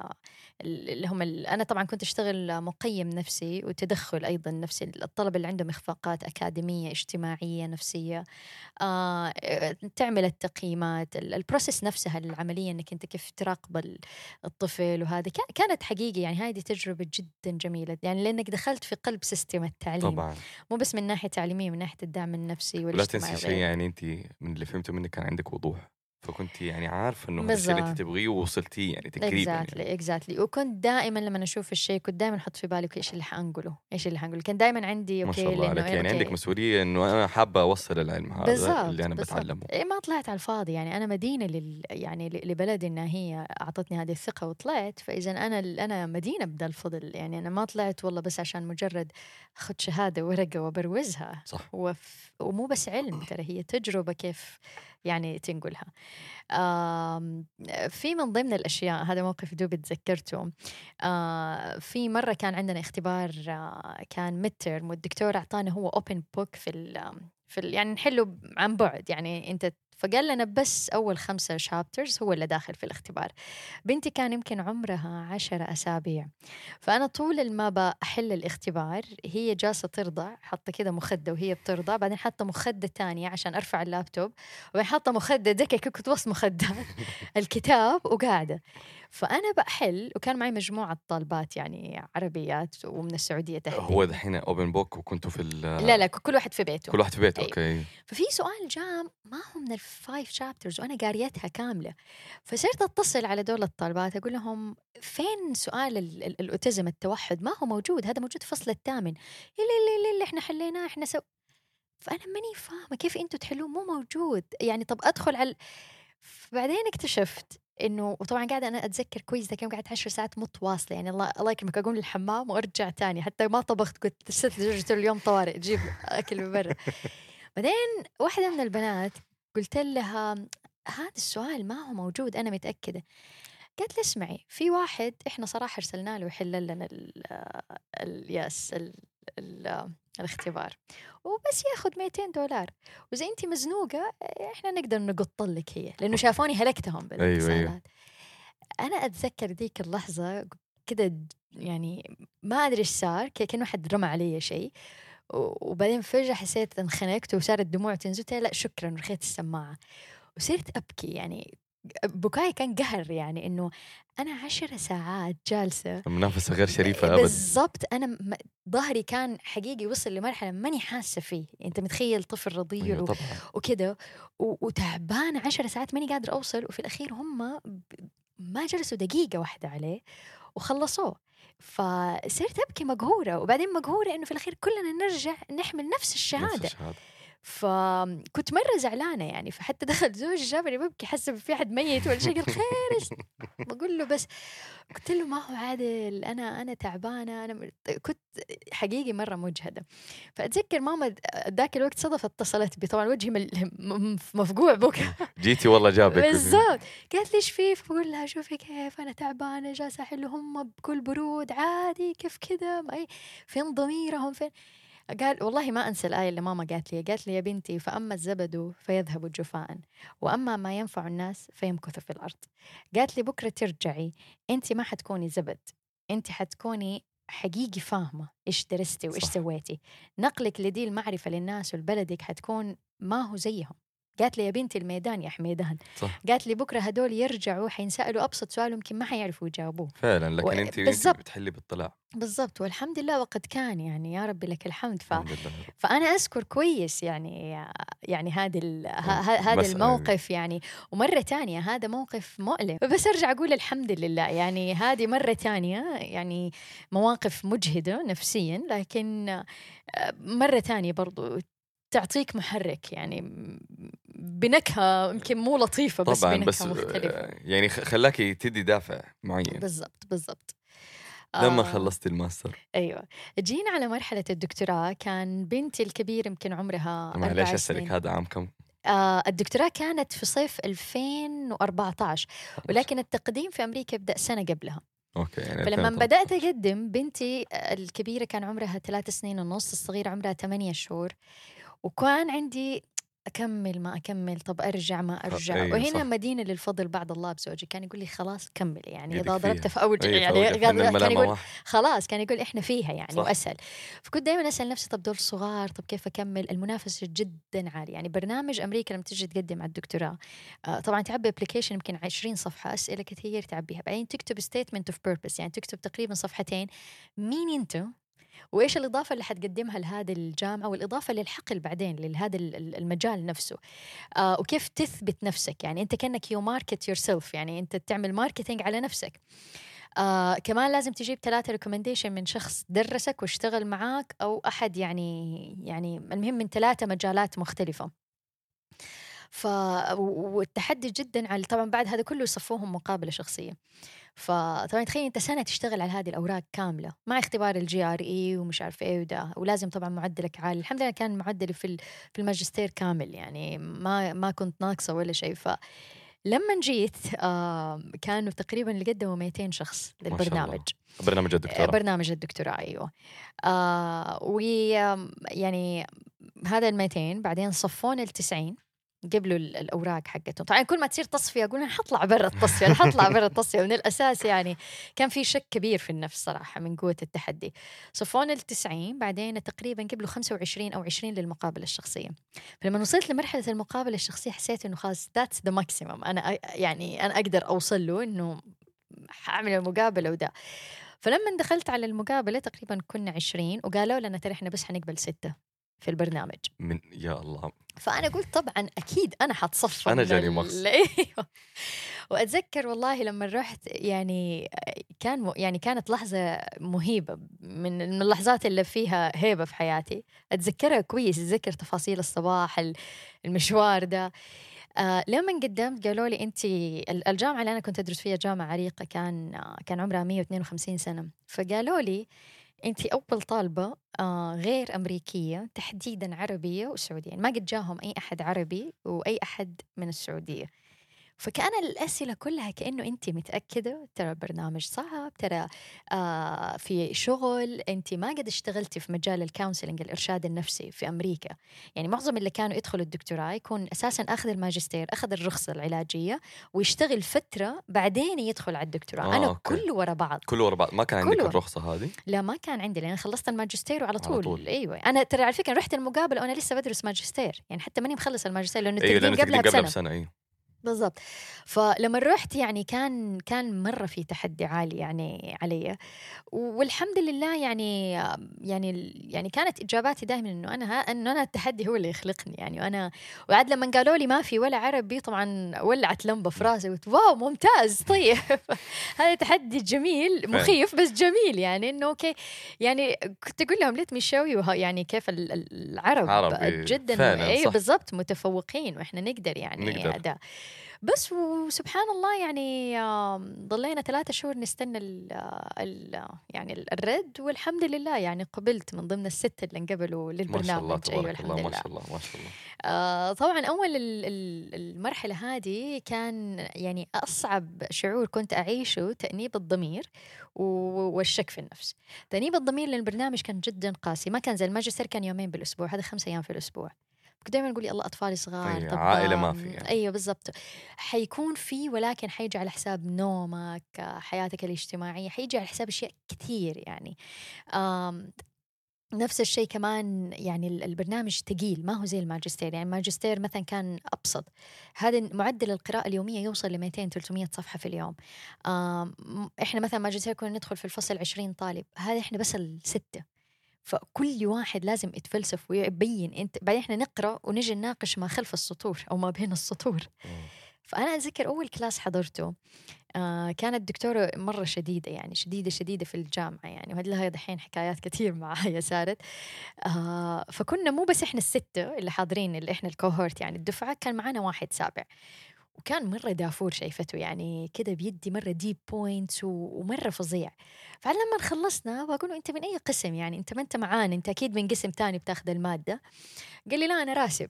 اللي هم أنا طبعا كنت أشتغل مقيم نفسي وتدخل أيضا نفسي، الطلبة اللي عندهم إخفاقات أكاديمية اجتماعية نفسية، آه تعمل التقييمات، البروسيس نفسها العملية أنك أنت كيف تراقب الطفل، وهذه كانت حقيقي يعني هذه تجربة جدا جميلة، يعني لأنك دخلت في قلب سيستم التعليم طبعا، مو بس من ناحية تعليمية، من ناحية الدعم النفسي والاجتماعي. ولا تنسي شيء، يعني أنت من اللي فهمته منك كان عندك وضوح، فكنت يعني عارفة إنه هذا الشيء اللي أنت تبغيه ووصلتيه يعني تقريبا. exactly يعني. exactly. وكنت دائما لما أشوف الشيء كنت دائما أحط في بالي إيش اللي حنقوله إيش اللي حنقوله كان دائما عندي ما أوكي. شاء الله عليك، يعني عندك مسؤولية إنه أنا حابة أوصل العلم هذا بالزبط. اللي أنا بالزبط. بتعلمه. إيه ما طلعت على الفاضي، يعني أنا مدينة لل يعني لبلد إنها هي أعطتني هذه الثقة وطلعت، فإذا أنا أنا مدينة بدل الفضل، يعني أنا ما طلعت والله بس عشان مجرد أخذ شهادة ورقة وبروزها. صح. وف... ومو بس علم، ترى هي تجربة كيف يعني تنقلها. في من ضمن الأشياء، هذا موقف دوبي تذكرته، في مرة كان عندنا اختبار كان ميدترم، والدكتور أعطانا هو open book في ال في ال يعني نحله عن بعد، يعني أنت فقال لنا بس أول خمسة شابترز هو اللي داخل في الاختبار. بنتي كان يمكن عمرها عشرة أسابيع، فأنا طول ما بحل الاختبار هي جالسة ترضع، حاطة كده مخدة وهي بترضع، بعدين حاطة مخدة تانية عشان أرفع اللابتوب، وبعدين حاطة مخدة دكة كنت وسط مخدة الكتاب وقاعدة. فأنا بحل وكان معي مجموعة طالبات يعني عربيات ومن السعودية تحديدا. هو دحين أوبن بوك وكنتوا في لا لا كل واحد في بيته كل واحد في بيته. أيوه. أوكي. ففي سؤال جاء ما هو من الفايف شابترز وأنا قاريتها كاملة، فصرت أتصل على دول الطالبات أقول لهم فين سؤال الأوتيزم التوحد؟ ما هو موجود، هذا موجود في الفصل الثامن. إلا إلا إلا إحنا حليناه إحنا سو فأنا ماني فاهمة كيف أنتوا تحلوه، مو موجود يعني. طب أدخل على، بعدين اكتشفت إنه، وطبعا قاعدة أنا أتذكر كويس ده كم قاعد عشر ساعات متواصلة يعني، الله الله يكرمك أقوم للحمام وأرجع تاني، حتى ما طبخت، قلت ست زوجته اليوم طوارئ تجيب أكل من برا. بعدين واحدة من البنات قلت لها هذا السؤال ما هو موجود أنا متأكدة. قالت لي اسمعي، في واحد إحنا صراحة أرسلنا له يحل لنا ال الياس ال ال الاختبار، وبس ياخد مئتين دولار، وإذا أنت مزنوقة إحنا نقدر نقط لك هي، لأنه شافوني هلكتهم بالاتصالات. أيوة أيوة. أنا أتذكر ذيك اللحظة كده يعني ما أدري إيش صار، كأنه حد رمى علي شيء، وبعدين فجأة حسيت انخنقت وصارت الدموع تنزل. لا شكرا، ورخيت السماعة وصرت أبكي يعني. بكاي كان قهر يعني، إنه أنا عشر ساعات جالسة، منافسة غير شريفة أبدا. بالضبط. أنا م... ظهري كان حقيقي وصل لمرحلة ماني حاسة فيه. أنت متخيل طفل رضيع أيوة و... طبعا. وكده و... وتعبان عشر ساعات ماني قادر أوصل، وفي الأخير هم ب... ما جلسوا دقيقة واحدة عليه وخلصوه. فصرت أبكي مقهورة، وبعدين مقهورة إنه في الأخير كلنا نرجع نحمل نفس الشهادة, نفس الشهادة. فكنت مرة زعلانة يعني. فحتى دخل زوجي جابني ببكي، حسب في حد ميت ولا شيء، قال خير. بقول له بس، قلت له ما هو عادل، أنا أنا تعبانة، أنا كنت حقيقي مرة مجهدة. فأتذكر ماما ذاك الوقت صدفت اتصلت بي، طبعا وجهي مفقوع بكى. جيتي والله جابك. بالضبط. قالت ليش فيه؟ فبقول لها شوفي كيف أنا تعبانة جالسة أحلهم بكل برود، عادي كيف كذا، ما فين ضميرهم فين. قال والله ما أنسى الآية اللي ماما قالت لي قالت لي يا بنتي فأما الزبد فيذهب جفاء وأما ما ينفع الناس فيمكث في الأرض. قالت لي بكرة ترجعي أنت ما حتكوني زبد، أنت حتكوني حقيقي فاهمة إيش درستي وإيش صح. سويتي. نقلك لدي المعرفة للناس والبلدك حتكون ما هو زيهم. قالت لي يا بنتي الميدان يا حميدان. صح. قالت لي بكرة هدول يرجعوا حينسألوا أبسط سؤال يمكن ما حيعرفوا يجاوبوه فعلا، لكن و... أنت بالضبط. بتحلي بالطلاع. بالضبط، والحمد لله وقد كان يعني، يا رب لك الحمد. ف... الحمد لله. فأنا أذكر كويس يعني يعني هذا ال... هذا الموقف يعني. ومرة تانية هذا موقف مؤلم، بس أرجع أقول الحمد لله يعني. هذه مرة تانية يعني مواقف مجهدة نفسيا، لكن مرة تانية برضو تعطيك محرك يعني، بنكهة يمكن مو لطيفة بس طبعا، بنكهة بس مختلفة يعني خلاكي تدي دافع معين. بالضبط بالضبط. لما آه خلصت الماستر. أيوة، جينا على مرحلة الدكتوراه. كان بنتي الكبير يمكن عمرها أربع معليش سنين. أسألك، هذا عام كم؟ آه الدكتوراه كانت في صيف ألفين وأربعة عشر، ولكن التقديم في أمريكا يبدأ سنة قبلها. أوكي يعني فلما بدأت أقدم بنتي الكبيرة كان عمرها ثلاث سنين ونص، الصغيرة عمرها ثمانية شهور، وكان عندي أكمل ما أكمل، طب أرجع ما أرجع. أيوة وهنا صح. مدينة للفضل بعد الله بزوجي، كان يقول لي خلاص كملي يعني، قلك إذا ضربت فيها. في أوجه أيوة يعني فوجه. قال- كان يقول واحد. خلاص، كان يقول إحنا فيها يعني صح. وأسهل. فكنت دائما أسأل نفسي طب دول صغار، طب كيف أكمل؟ المنافسة جدا عالية يعني. برنامج أمريكا لما تجي تقدم على الدكتوراه آه طبعا تعبي أبليكيشن يمكن عشرين صفحة، أسئلة كثير تعبيها، بعدين تكتب statement of purpose يعني تكتب تقريبا صفحتين مين أنتوا وإيش الإضافة اللي حتقدمها لهذه الجامعة، والإضافة للحقل بعدين لهذا المجال نفسه. آه وكيف تثبت نفسك يعني، أنت كأنك you market yourself يعني، أنت تعمل ماركتينج على نفسك. آه كمان لازم تجيب ثلاثة ريكومنديشن من شخص درسك واشتغل معاك، أو أحد يعني يعني المهم من ثلاثة مجالات مختلفة. ف والتحدي جدا على، طبعا بعد هذا كله يصفوهم مقابلة شخصية. فطبعا تخيل انت سنه تشتغل على هذه الاوراق كامله مع اختبار الجي ار اي ومش عارف ايه وده، ولازم طبعا معدلك عالي. الحمد لله كان معدلي في في الماجستير كامل يعني، ما ما كنت ناقصه ولا شيء. فلما جيت آه كانوا تقريبا اللي قدموا مئتين شخص للبرنامج. برنامج الدكتوراه. برنامج الدكتوراه ايوه. آه ويعني هذا المئتين بعدين صفون التسعين قبلوا الأوراق حقتهم. طبعا كل ما تصير تصفية أقول أنا حطلع برا التصفية، أنا حطلع برا التصفية من الأساس يعني. كان في شك كبير في النفس صراحة من قوة التحدي. صفون التسعين بعدين تقريبا قبلوا خمسة وعشرين أو عشرين للمقابلة الشخصية. فلما وصلت لمرحلة المقابلة الشخصية حسيت إنه خلاص that's the maximum، أنا يعني أنا أقدر أوصل له إنه حأعمل المقابلة وده. فلما دخلت على المقابلة تقريبا كنا عشرين وقالوا لنا ترى إحنا بس حنقبل ستة. في البرنامج. من يا الله. فأنا قلت طبعا أكيد أنا حتصفى. أنا من جاني ال- مغص. أيوه. وأتذكر والله لما رحت يعني كان م- يعني كانت لحظة مهيبة، من من اللحظات اللي فيها هيبة في حياتي. أتذكرها كويس، أتذكر تفاصيل الصباح، ال- المشوار ده. آه لما قدمت قالوا لي أنت ال- الجامعة اللي أنا كنت أدرس فيها جامعة عريقة، كان آه كان عمرها مية واثنين وخمسين سنة. فقالوا لي أنت أول طالبة آه غير أمريكية، تحديدا عربية وسعودية، يعني ما قد جاهم أي أحد عربي وأي أحد من السعودية. فكان الأسئلة كلها كأنه أنت متأكدة ترى البرنامج صعب، ترى آه في شغل، أنت ما قد اشتغلتي في مجال الكونسلنج، الإرشاد النفسي في أمريكا. يعني معظم اللي كانوا يدخلوا الدكتوراه يكون أساسا أخذ الماجستير، أخذ الرخصة العلاجية ويشتغل فترة بعدين يدخل على الدكتوراه. آه، أنا أوكي. كله ورا بعض. كله ورا بعض، ما كان عندك كله. الرخصة هذه؟ لا ما كان عندي، لأن خلصت الماجستير وعلى على طول, طول. أيوة. أنا ترى على فكرة رحت المقابلة وأنا لسه بدرس ماجستير، يعني حتى ماني مخلص الماجستير لأنه أيوة، التقديم لأنه قبلها تقديم قبلها بسنة. بسنة. أيوة بالضبط. فلما رحت يعني كان كان مرة في تحدي عالي يعني علي، والحمد لله يعني يعني يعني كانت إجاباتي دائما إنه أنا إنه أنا التحدي هو اللي يخلقني يعني. وأنا وعاد لما قالوا لي ما في ولا عربي طبعا ولعت لمبة في راسي، قلت واو ممتاز. طيب هذا تحدي جميل مخيف بس جميل، يعني إنه أوكي. يعني كنت أقول لهم let me show you يعني كيف ال- ال- العرب عربي جدا فعلاً، أيوة صح. بالضبط متفوقين، وإحنا نقدر يعني نقدر. أداء. بس وسبحان الله يعني آم، ضلينا ثلاثة شهور نستنى ال ال يعني ال- الرد، والحمد لله يعني قبلت من ضمن الستة اللي انقبلوا ما شاء الله للبرنامج. تبارك أيوة الله. الحمد ما لله. شاء الله ما شاء الله. آه طبعا أول ال- ال- المرحلة هذه كان يعني أصعب شعور كنت أعيشه تأنيب الضمير و- والشك في النفس. تأنيب الضمير للبرنامج كان جدا قاسي، ما كان زي الماجستير كان يومين بالأسبوع، هذا خمسة أيام في الأسبوع. كنت دائما أقول يا الله أطفالي صغار. أي طب عائلة ما آم، في يعني. أيوة بالضبط. حيكون في، ولكن حيجي على حساب نومك، آه، حياتك الاجتماعية، حيجي على حساب أشياء كثير يعني. آم، نفس الشيء كمان يعني ال- البرنامج ثقيل، ما هو زي الماجستير. يعني الماجستير مثلا كان أبسط، هذا معدل القراءة اليومية يوصل ل مئتين ثلاثمية صفحة في اليوم. آم، إحنا مثلا ماجستير كنا ندخل في الفصل عشرين طالب، هذا إحنا بس الستة. فكل واحد لازم يتفلسف ويبين انت، بعدين احنا نقرا ونجي نناقش ما خلف السطور او ما بين السطور. فانا اتذكر اول كلاس حضرته آه كانت دكتوره مره شديده، يعني شديده شديده في الجامعه يعني، وهذه لها دحين حكايات كثير معايا صارت. آه فكنا مو بس احنا السته اللي حاضرين، اللي احنا الكوهورت يعني الدفعه، كان معنا واحد سابع وكان مرة دافور شايفته، يعني كده بيدي مرة ديب بوينتس ومرة فظيع. فلما خلصنا بقول له أنت من أي قسم؟ يعني أنت ما أنت معانا، أنت أكيد من قسم تاني بتاخذ المادة. قال لي لا أنا راسب.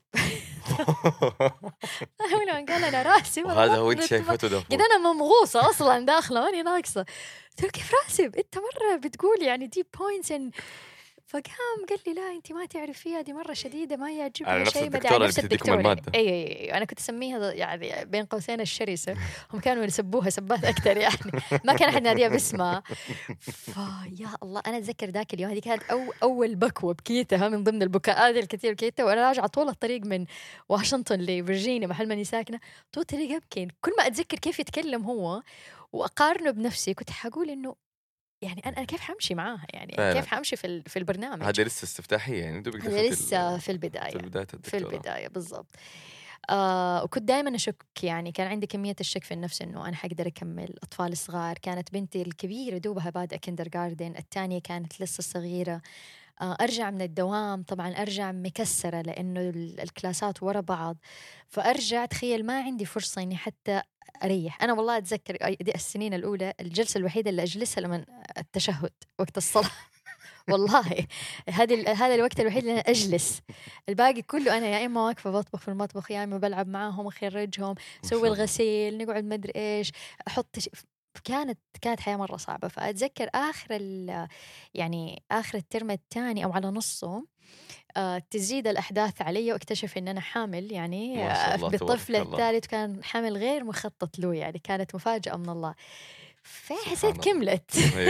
قال أنا راسب. وهذا هو أنت شايفته ده؟ قد أنا ممغوصة أصلا داخلة ماني ناقصة. قلت له كيف راسب؟ أنت مرة بتقول يعني ديب بوينتس يعني. فقام قال لي لا انت ما تعرفيها، دي مره شديده ما يعجبها نفس شيء. الدكتوره اللي بتديكم الماده. اي اي انا كنت اسميها يعني بين قوسين الشرسه، هم كانوا يسبوها سبات اكثر يعني، ما كان احد ناديها باسمها. فيا الله انا اتذكر ذاك اليوم، هذه كانت أو اول بكوه بكيتها من ضمن البكاءات الكثير بكيتها، وانا راجعه طول الطريق من واشنطن لفرجينيا محل ماني ساكنه، طول الطريق ابكي. كل ما اتذكر كيف يتكلم هو واقارنه بنفسي كنت حقول انه يعني أنا كيف حمشي معاها، يعني فعلا. كيف حمشي في في البرنامج. هذا لسه استفتاحية يعني، دوبك هذا دخلت لسه في البداية، في البداية في البداية بالضبط. آه وكنت دائما أشك، يعني كان عندي كمية الشك في النفس إنه أنا حقدر أكمل. أطفال صغار، كانت بنتي الكبيرة دوبها بادئة كيندر جاردن، الثانية كانت لسه صغيرة. آه أرجع من الدوام طبعا أرجع مكسرة لأنه الكلاسات ورا بعض، فأرجع تخيل ما عندي فرصة إني حتى أريح. أنا والله أتذكر دي السنين الأولى الجلسة الوحيدة اللي أجلسها لما التشهد وقت الصلاة. والله هذا هذا الوقت الوحيد اللي أنا أجلس، الباقي كله أنا يا إما واقفة بطبخ في المطبخ، يا إما بلعب معاهم أخرجهم، سوي الغسيل، نقعد مدري إيش، أحط ش... كانت كانت حياة مرة صعبة. فأتذكر آخر ال يعني آخر الترم الثاني أو على نصه آه تزيد الأحداث علي وأكتشف إن أنا حامل، يعني آه بالطفل الثالث، كان حامل غير مخطط له، يعني كانت مفاجأة من الله. فحسيت كملت.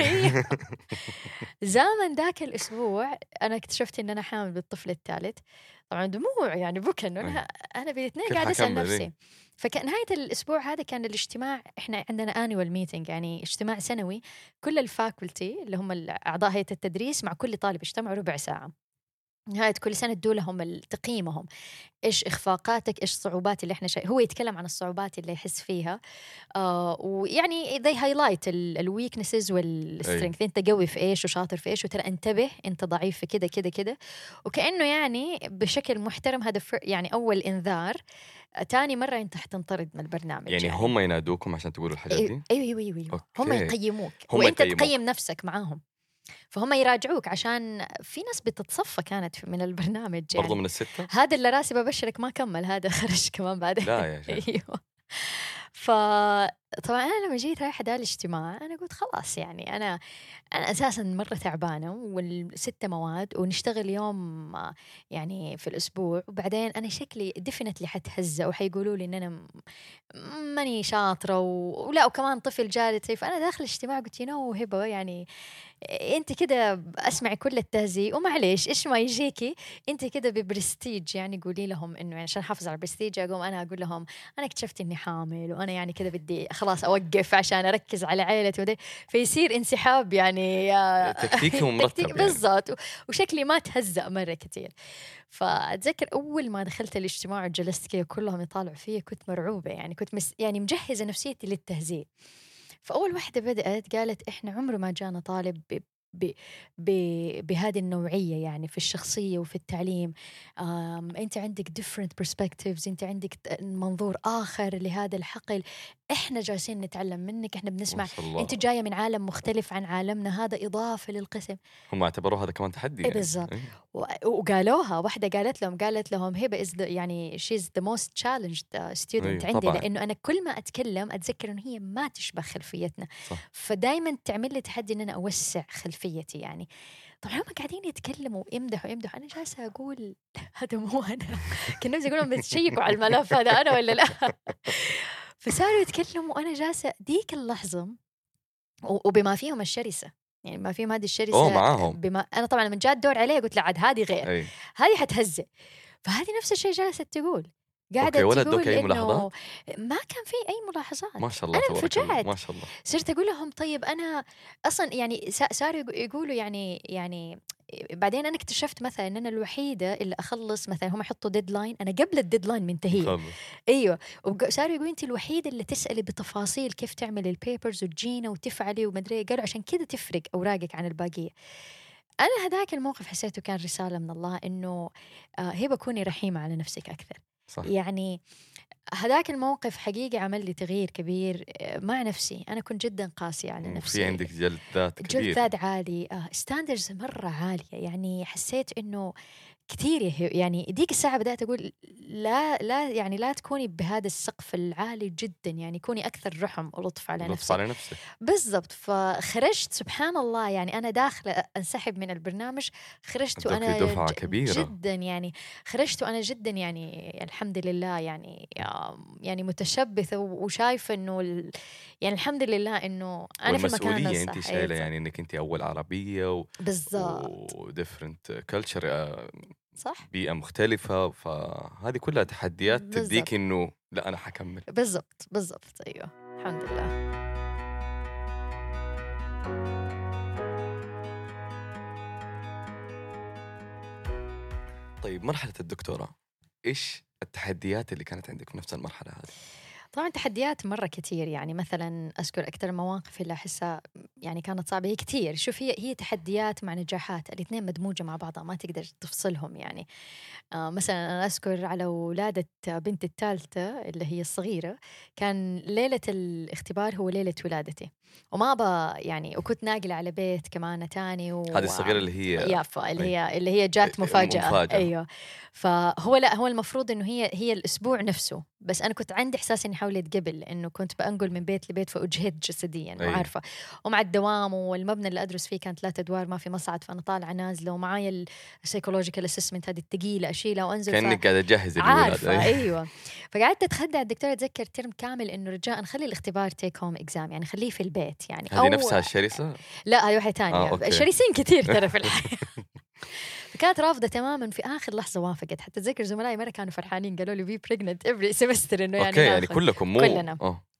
زمن ذاك الأسبوع أنا اكتشفت إن أنا حامل بالطفل الثالث، طبعا دموع يعني بكى إنه أنا أنا بالاثنين قاعدة أسأل نفسي. فكان نهاية الأسبوع هذا كان الاجتماع، إحنا عندنا annual meeting يعني اجتماع سنوي، كل الفاكولتي اللي هم أعضاء هيئة التدريس مع كل طالب اجتمعوا ربع ساعة. نهاية كل سنة تدوا لهم تقييمهم، إيش إخفاقاتك، إيش صعوبات اللي إحنا شايف. هو يتكلم عن الصعوبات اللي يحس فيها، آه ويعني they highlight ال weaknesses وال strength. أنت قوي في إيش وشاطر في إيش، وترى انتبه أنت ضعيف في كده كده كده. وكأنه يعني بشكل محترم هذا يعني أول إنذار. تاني مرة أنت حتنطرد من البرنامج. يعني, يعني هم ينادوكم عشان تقولوا الحاجات دي؟ أيوة أيوة أيوة, أيوة. هم يقيموك هم وأنت يقيموك. تقيم نفسك معاهم، فهم يراجعوك. عشان في ناس بتتصفى كانت من البرنامج يعني. برضو من الستة؟ هذا اللي راسي ببشرك ما كمل، هذا خرج كمان بعد. لا يا شيخ. أيوة. فطبعا أنا لما جيت رايحة دا الاجتماع أنا قلت خلاص يعني أنا أنا أساساً مرة تعبانة والستة مواد ونشتغل يوم يعني في الأسبوع، وبعدين أنا شكلي دفنتلي حتهزأ وحيقولوا لي إن أنا ماني شاطرة ولا وكمان طفل جالتي. فأنا داخل الاجتماع قلت ينو هبة يعني أنت كده أسمعي كل التهزيء ومعليش إيش ما يجيكي أنت كده ببرستيج، يعني قولي لهم إنه يعني عشان حافظ على البرستيج أقوم أنا أقول لهم أنا اكتشفت إني حامل وأنا يعني كده بدي خلاص أوقف عشان أركز على عائلتي ودي، فيصير انسحاب يعني تكتيكي ومرتب يعني. بالضبط. وشكلي ما تهزأ مرة كتير. فأتذكر أول ما دخلت الاجتماع وجلست كده كلهم يطالعوا فيه كنت مرعوبة يعني، كنت مس يعني مجهزة نفسيتي للتهزيء. فأول واحدة بدأت قالت إحنا عمره ما جانا طالب ب ب ب بهذه النوعية يعني في الشخصية وفي التعليم. أنت عندك different perspectives، أنت عندك منظور آخر لهذا الحقل، إحنا جالسين نتعلم منك، إحنا بنسمع أنت جاية من عالم مختلف عن عالمنا، هذا إضافة للقسم. هم اعتبروا هذا كمان تحدي يعني. بالضبط. وقالوها واحدة قالت لهم قالت لهم هبة is the يعني she's the most challenged student عندي طبعاً. لأنه أنا كل ما أتكلم أتذكر إنه هي ما تشبه خلفيتنا، فدايما تعمل لي تحدي إن أنا أوسع خلفيتي يعني. طبعا هم قاعدين يتكلموا ويمدحوا يمدحوا أنا جالسة أقول هذا مو أنا. كنا يقولون بتشيكوا على الملف هذا أنا ولا لا. فصاروا يتكلموا وأنا جالسة ديك اللحظة وبما فيهم الشرسة يعني ما فيهم هذه الشرسة أوه معاهم. بما أنا طبعا لما جاء الدور عليه قلت لا عاد هذه غير أي. هذه حتهزئ. فهذه نفس الشيء جالسة تقول قاعدة أوكي. تقول أي ملاحظات؟ ما كان في أي ملاحظات. ما شاء الله. أنا انفجعت ما شاء الله. صرت أقول لهم طيب أنا أصلا يعني صاروا يقولوا يعني يعني بعدين أنا اكتشفت مثلا إن أنا الوحيدة اللي أخلص مثلا هم يحطوا ديدلاين أنا قبل الديدلاين منتهية. أيوة. وصاروا يقولوا أنت الوحيدة اللي تسألي بتفاصيل كيف تعملي البيبرز وتجينا وتفعلي ومدري قالوا عشان كده تفرق أوراقك عن الباقية. أنا هذاك الموقف حسيته كان رسالة من الله إنه آه هبة كوني رحيمة على نفسك أكثر. صح. يعني هذاك الموقف حقيقي عمل لي تغيير كبير مع نفسي. أنا كنت جدا قاسية على نفسي. في عندك جلد ذات كبير، جلد ذات عالي، ستاندرز مرة عالية يعني. حسيت إنه كثير يعني ديك الساعة بدأت أقول لا لا يعني لا تكوني بهذا السقف العالي جدا يعني كوني أكثر رحم ولطف على نفسك. على نفسك. بالضبط. فخرجت سبحان الله يعني أنا داخلة أنسحب من البرنامج خرجت وأنا دفعة كبيرة جدا يعني خرجت وأنا جدا يعني الحمد لله يعني يعني متشبثة وشايفة إنه يعني الحمد لله إنه أنا في مكان المسؤولية أنت شايلة يعني إنك أنت أول عربية و بالضبط و different culture صح. بيئة مختلفة، فهذه كلها تحديات تديك إنه لا أنا حكمل. بالضبط بالضبط. أيوه الحمد لله. طيب مرحلة الدكتوراه إيش التحديات اللي كانت عندك في نفس المرحلة هذه؟ طبعا تحديات مرة كتير يعني. مثلا أذكر أكثر المواقف اللي أحسها يعني كانت صعبة هي كتير. شوف هي هي تحديات مع نجاحات الاثنين مدموجة مع بعضها ما تقدر تفصلهم يعني. آه مثلا أنا أذكر على ولادة بنت الثالثة اللي هي الصغيرة كان ليلة الاختبار هو ليلة ولادتي وما أبى يعني وكنت ناقلة على بيت كمان تاني و... هذه الصغيرة اللي هي يافا اللي هي اللي هي جات مفاجأة, مفاجأة. أيوة. فهو لا هو المفروض إنه هي هي الأسبوع نفسه بس أنا كنت عندي إحساس إني حاولت قبل لأنه كنت بأنقل من بيت لبيت فأجهد جسديا أيوة. وعارفة ومع الدوام والمبنى اللي أدرس فيه كان ثلاثة أدوار ما في مصعد فأنا طالعة نازلة ومعايا السايكولوجيكال أسسمنت هذه الثقيلة أشيلها وأنزل كأنك قاعدة تجهز عارفة أيوة. فقعدت أتخدع الدكتورة أتذكر ترم كامل إنه رجاء نخلي الاختبار تيك هوم إكزام يعني خليه في البيت يعني. هذه نفسها الشرسة؟ لا هذه واحدة تانية. آه، الشرسين كتير ترى في الحياة. فكانت رافضة تماما. في آخر لحظة وافقت. حتى تذكر زملائي مرة كانوا فرحانين قالوا لي بي بريجننت every semester إنه يعني أوكي يعني كلكم مو كلنا أوه.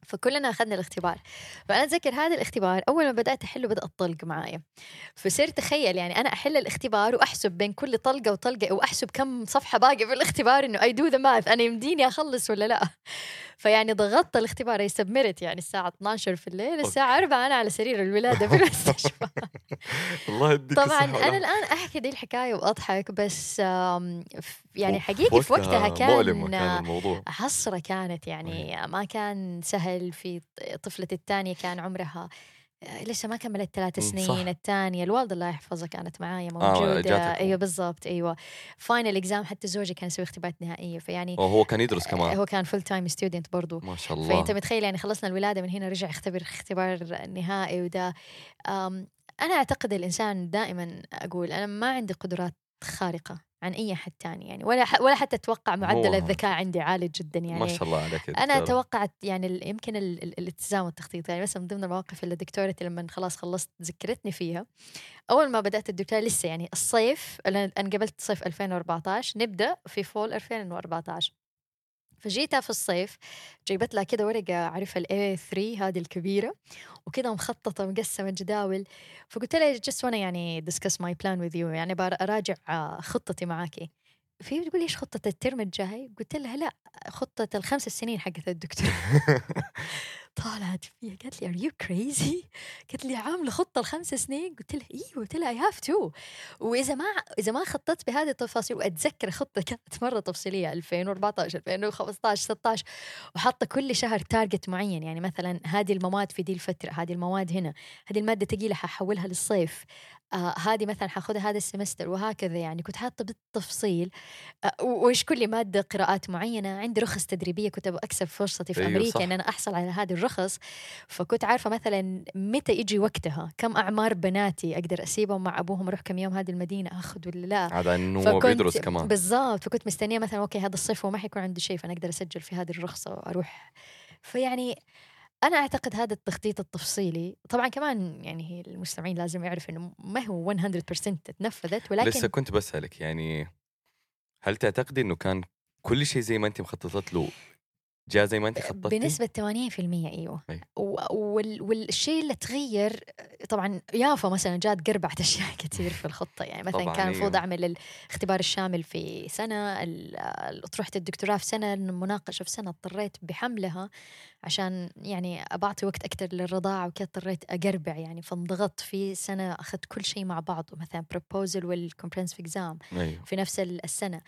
فكلنا أخذنا الاختبار. فأنا أتذكر هذا الاختبار أول ما بدأت أحله بدأ الطلق معايا. فصرت تخيل يعني أنا أحل الاختبار وأحسب بين كل طلقة وطلقة وأحسب كم صفحة باقي في الاختبار إنه I do the math أنا يمديني أخلص ولا لا. فيعني ضغطت الاختبار يسبمرت يعني الساعة اثنا عشر في الليل، الساعة أربعة أنا على سرير الولادة في المستشفى. الله يديك طبعا الصحة. أنا الآن أحكي دي الحكاية وأضحك، بس يعني حقيقي في وقتها كان, كان الموضوع حسرة كانت يعني ما كان سهل. في طفلة الثانية كان عمرها لسه ما كملت ثلاث سنين، الثانية الوالدة الله يحفظها كانت معايا موجودة. آه أيوة بالضبط أيوة فاينل إكزام، حتى زوجي كان يسوي اختبارات نهائية، فيعني وهو كان يدرس كمان، هو كان فول تايم ستودنت برضو ما شاء الله. فأنت متخيل يعني خلصنا الولادة من هنا رجع يختبر اختبار نهائي. وده أنا أعتقد الإنسان دائما أقول أنا ما عندي قدرات خارقة عن أي أحد تاني يعني، ولا ولا حتى أتوقع معدل الذكاء عندي عالي جدا يعني، ما شاء الله عليك. أنا توقعت يعني يمكن الالتزام والتخطيط. يعني مثلا من ضمن المواقف اللي دكتورتي لما خلاص خلصت ذكرتني فيها، أول ما بدأت الدكتورة لسه يعني الصيف، أنا قبلت صيف ألفين وأربعة عشر نبدأ في فول ألفين وأربعة عشر، فجيتها في الصيف جايبت لها كده ورقة عارفة ال إيه ثري هذه الكبيرة وكده مخططة مقسمة جداول. فقلت لها just wanna يعني discuss my plan with you، يعني براجع خطتي معاكي. في بتقول ليش خطة الترم الجاي؟ قلت لها لا خطة الخمس سنين حقت الدكتور. طالعت فيها قالت لي are you crazy؟ قالت لي عاملة خطة الخمس سنين؟ قلت لها إيه، قلت لها I have to، وإذا ما إذا ما خططت بهذه التفاصيل. وأتذكر خطة كانت مرة تفصيلية ألفين وأربعة عشر ألفين وخمسة عشر ستة عشر، وحاطة كل شهر تارجت معين، يعني مثلا هذه المواد في دي الفترة، هذه المواد هنا، هذه المادة تقيلة ححولها للصيف، آه هذه مثلا حاخذها هذا السمستر، وهكذا. يعني كنت حاطة بالتفصيل آه وإيش كل مادة قراءات معينة. عندي رخص تدريبية كنت أكسب فرصتي في أيوة أمريكا صح. إن أنا أحصل على هذه الرخص، فكنت عارفة مثلا متى يجي وقتها، كم أعمار بناتي أقدر أسيبهم مع أبوهم أروح كم يوم هذه المدينة أخذ ولا لا. هذا إنه بيدرس كمان بالضبط. فكنت مستنية مثلا أوكي هذا الصيف وما حيكون عندي شيء فأنا أقدر أسجل في هذه الرخصة وأروح. فيعني أنا أعتقد هذا التخطيط التفصيلي طبعا كمان يعني المستمعين لازم يعرف إنه ما هو مية بالمية تنفذت، ولكن لسه كنت بسألك يعني هل تعتقدي إنه كان كل شيء زي ما أنت مخططت له جاء زي ما أنت خططتي؟ بنسبة ثمانين بالمية أيوة. وال... والشيء اللي تغير طبعا يافا مثلا جات قربعت أشياء كثير في الخطة. يعني مثلا كان المفروض أيوة. أعمل الاختبار الشامل في سنة، طرحت الدكتوراه في سنة، المناقشة في سنة، اضطريت بحملها عشان يعني أبعطي وقت أكتر للرضاعة وكذا، اضطريت أقربع يعني، فانضغطت في سنة أخذت كل شيء مع بعض، مثلا proposal والcomprehensive exam أيوة. في نفس السنة.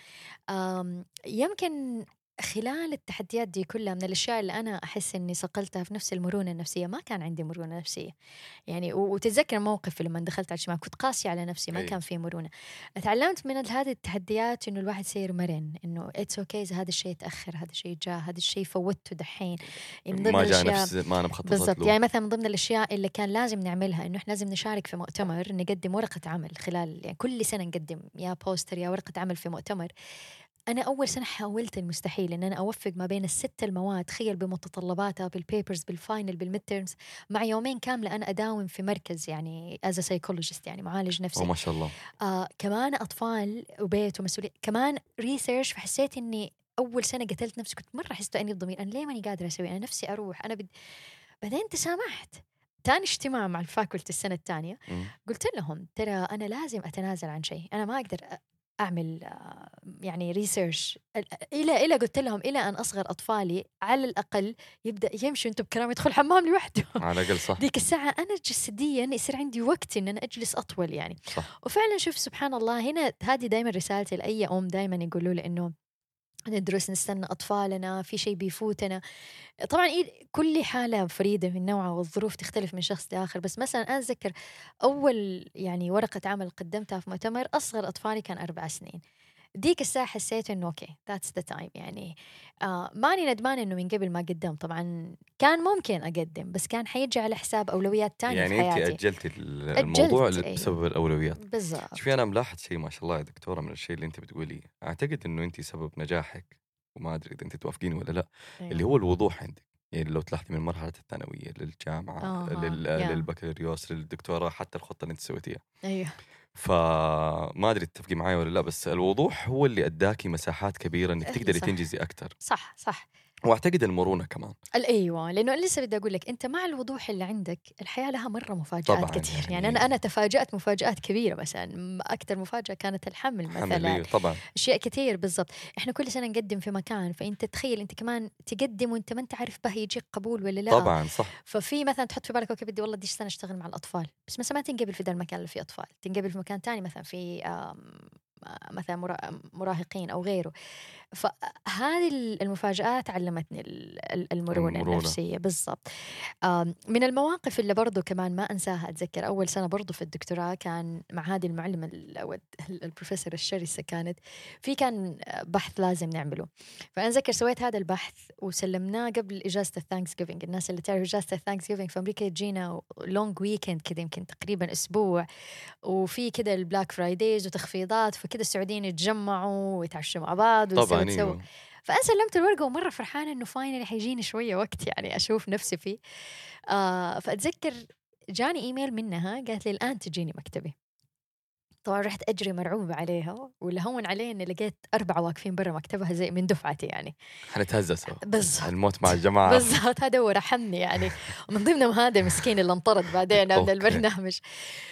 يمكن خلال التحديات دي كلها من الأشياء اللي أنا أحس أني صقلتها في نفس المرونة النفسية، ما كان عندي مرونة نفسية يعني. وتتذكر موقف لما دخلت على الشمال كنت قاسية على نفسي، ما كان في مرونة. تعلمت من هذه التحديات أنه الواحد يصير مرن، أنه it's okay إذا هذا الشيء تأخر، هذا الشيء جاء، هذا الشيء فوتته دحين ما جاء نفس ما أنا مخططت بالضبط. يعني مثلا من ضمن الأشياء اللي كان لازم نعملها أنه إحنا لازم نشارك في مؤتمر، نقدم ورقة عمل خلال يعني كل سنة نقدم يا بوستر يا ورقة عمل في مؤتمر. أنا أول سنة حاولت المستحيل إن أنا أوفق ما بين الست المواد، تخيل بمتطلباتها، بالبيبرز، بالفاينل، بالميدترمز، مع يومين كاملة أنا أداوم في مركز يعني as a psychologist يعني معالج نفسي. ما شاء الله. آه كمان أطفال وبيت ومسؤولية، كمان ريسيرش. فحسيت إني أول سنة قتلت نفسي، كنت مرة حسيت أني بضمير، أنا ليه ماني قادرة أسوي، أنا نفسي أروح أنا بد... بعدين تسامحت. تاني اجتماع مع الفاكولتي السنة الثانية قلت لهم ترى أنا لازم أتنازل عن شيء، أنا ما أقدر أعمل يعني ريسيرش إلى إلى قلت لهم إلى أن أصغر أطفالي على الأقل يبدأ يمشي أنتم بكرامة يدخل حمام لوحده على الأقل صح. ديك الساعة أنا جسديا يصير عندي وقت إن أنا أجلس أطول يعني صح. وفعلا شوف سبحان الله، هنا هذه دايما رسالتي لأي أم، دايما يقولوا لي إنه ندرس، نستنى أطفالنا، في شيء بيفوتنا. طبعا كل حالة فريدة من نوعها والظروف تختلف من شخص لآخر، بس مثلا أنا أتذكر أول يعني ورقة عمل قدمتها في مؤتمر أصغر أطفالي كان أربع سنين. ديك الساعة حسيت إنه أوكي that's the time يعني. آه ماني ندمان إنه من قبل ما قدم، طبعا كان ممكن أقدم بس كان حيجي على حساب أولويات تانية يعني في حياتي. يعني أنت أجلتي الموضوع أجلت بسبب أيوه. الأولويات بالضبط. شوفي أنا ملاحظ شيء ما شاء الله يا دكتورة من الشيء اللي أنت بتقوليه، أعتقد إنه أنت سبب نجاحك وما أدري إذا أنت توافقيني ولا لا أيوه. اللي هو الوضوح عندك، يعني لو تلاحظي من مرحلة الثانوية للجامعة آه. لل... yeah. للبكالوريوس للدكتوراه حتى الخطة اللي أنت سويتيها أيوه. فما أدري تتفقي معي ولا لا، بس الوضوح هو اللي أداكي مساحات كبيرة إنك تقدري صح. تنجزي أكتر. صح صح واعتقد المرونه كمان. ايوه، لانه لسه بدي اقول لك انت مع الوضوح اللي عندك الحياه لها مره مفاجات طبعاً كثير يعني, يعني يعني انا انا تفاجات مفاجات كبيره. مثلا اكثر مفاجاه كانت الحمل مثلا، حملية طبعا اشياء كثير بالضبط. احنا كل سنه نقدم في مكان، فانت تخيل انت كمان تقدم وانت ما انت عارف به يجيك قبول ولا لا. طبعا صح. ففي مثلا تحط في بالك اوكي بدي والله دي السنه اشتغل مع الاطفال، بس مثلا ما تنقبل في ذا المكان اللي فيه اطفال، تنقبل في مكان تاني مثلا في آم، مثلا مرا- مراهقين او غيره. فهذه المفاجآت علمتني ال- ال- المرونة المرونة. النفسية بالضبط. آم، من المواقف اللي برضو كمان ما أنساها، أتذكر أول سنة برضو في الدكتوراه كان مع هذه المعلمة ال- أو ال- البروفيسور الشرسة، كانت في كان بحث لازم نعمله. فأنا أتذكر سويت هذا البحث وسلمناه قبل إجازة الثانكس جيفينج. الناس اللي تعرف إجازة الثانكس جيفينج في أمريكا تجينا لونج ويكند كده، يمكن تقريبا أسبوع، وفي كده البلاك فرايديز وتخفيضات، فكده السعوديين يتجمعوا ويتعشوا مع بعض طبعا ويسووا. ايوه. فأنا سلمت الورقة ومرة فرحانة إنه فاينلي حيجيني شوية وقت يعني أشوف نفسي فيه. آه فأتذكر جاني إيميل منها قالت لي الآن تجيني مكتبي. طبعا رحت أجري مرعوبة عليها، واللي هون علي إني لقيت أربعة واقفين برا مكتبها زي من دفعتي يعني. حنتهزسوا بالضبط الموت مع الجماعة. بالضبط، هذا هو رحمني يعني. ومن ضمنهم هذا مسكين اللي انطرد بعدين من أوكي. البرنامج.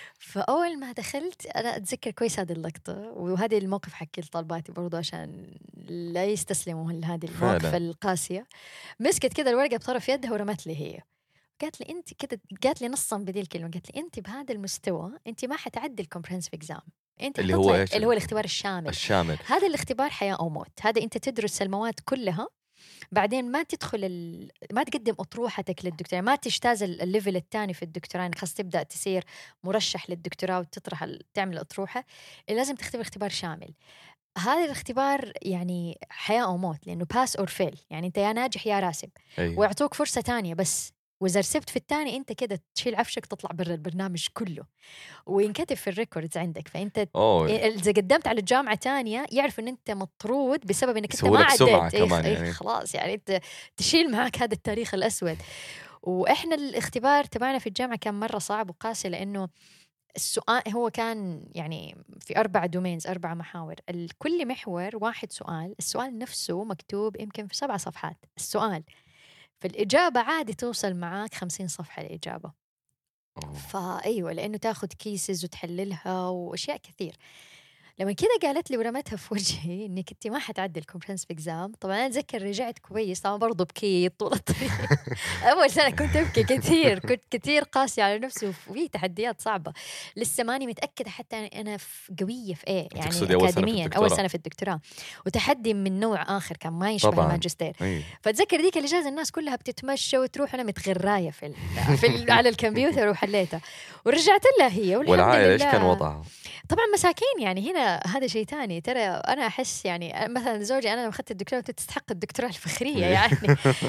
فأول ما دخلت أنا أتذكر كويس هذه اللقطة، وهذه الموقف حكي لطالباتي برضو عشان لا يستسلموا لهذه المواقف فعلاً. القاسية. مسكت كده الورقة بطرف يدها ورمت لي هي، قالت لي أنت كده، قالت لي نصا بدي الكلمة، قالت لي أنت بهذا المستوى أنت ما حتعدي الكومبرهنسيف إكزام، أنت اللي هو حتطلعي- إيش؟ اللي هو الاختبار الشامل. الشامل. هذا الاختبار حياة أو موت، هذا أنت تدرس المواد كلها، بعدين ما تدخل ال... ما تقدم أطروحتك للدكتوراه، ما تجتاز ال- الليفل الثاني في الدكتوراه، يعني خلاص تبدأ تصير مرشح للدكتوراه وتطرح ال... تعمل أطروحة، لازم تختبر اختبار شامل. هذا الاختبار يعني حياة أو موت، لأنه باس أور فيل، يعني أنت يا ناجح يا راسب. أيوة. ويعطوك فرصة تانية، بس وإذا رسبت في الثاني أنت كده تشيل عفشك تطلع برا البرنامج كله، وينكتب في الريكوردز عندك. فأنت أوه. إذا قدمت على الجامعة تانية يعرف إن أنت مطرود بسبب إنك أنت ما يسوولك سمعة عديت. إيه كمان إيه يعني. خلاص يعني أنت تشيل معك هذا التاريخ الأسود. وإحنا الاختبار تبعنا في الجامعة كان مرة صعب وقاسي، لأنه السؤال هو كان يعني في أربع دومينز، أربع محاور، كل محور واحد سؤال، السؤال نفسه مكتوب يمكن في سبع صفحات السؤال، فالإجابة عادي توصل معاك خمسين صفحة الإجابة. أوه. فأيوة، لأنه تاخد كيسز وتحللها وأشياء كثير. لما كده قالت لي ورمتها في وجهي إنك أنت ما حتعدي الكومبرهنسيف إكزام، طبعا أنا أتذكر رجعت كويس، طبعا برضو بكيت طول الطريق. أول سنة كنت أبكي كثير، كنت كثير قاسية على نفسي، وفي تحديات صعبة، لسه ماني متأكدة حتى أنا في قوية في إيه يعني أكاديميا، أول سنة في الدكتوراه، وتحدي من نوع آخر كان ما يشبه الماجستير. أيوة. فأتذكر ذيك الإجازة الناس كلها بتتمشى وتروح، أنا متغراية في, ال في ال على الكمبيوتر وحليتها ورجعت لها هي، والحمد والعائلة لله. إيش كان وضعها؟ طبعا مساكين يعني، هنا هذا شيء تاني. ترى أنا أحس يعني مثلا زوجي، أنا لما أخذت الدكتوراه تستحق الدكتوراه الفخرية يعني،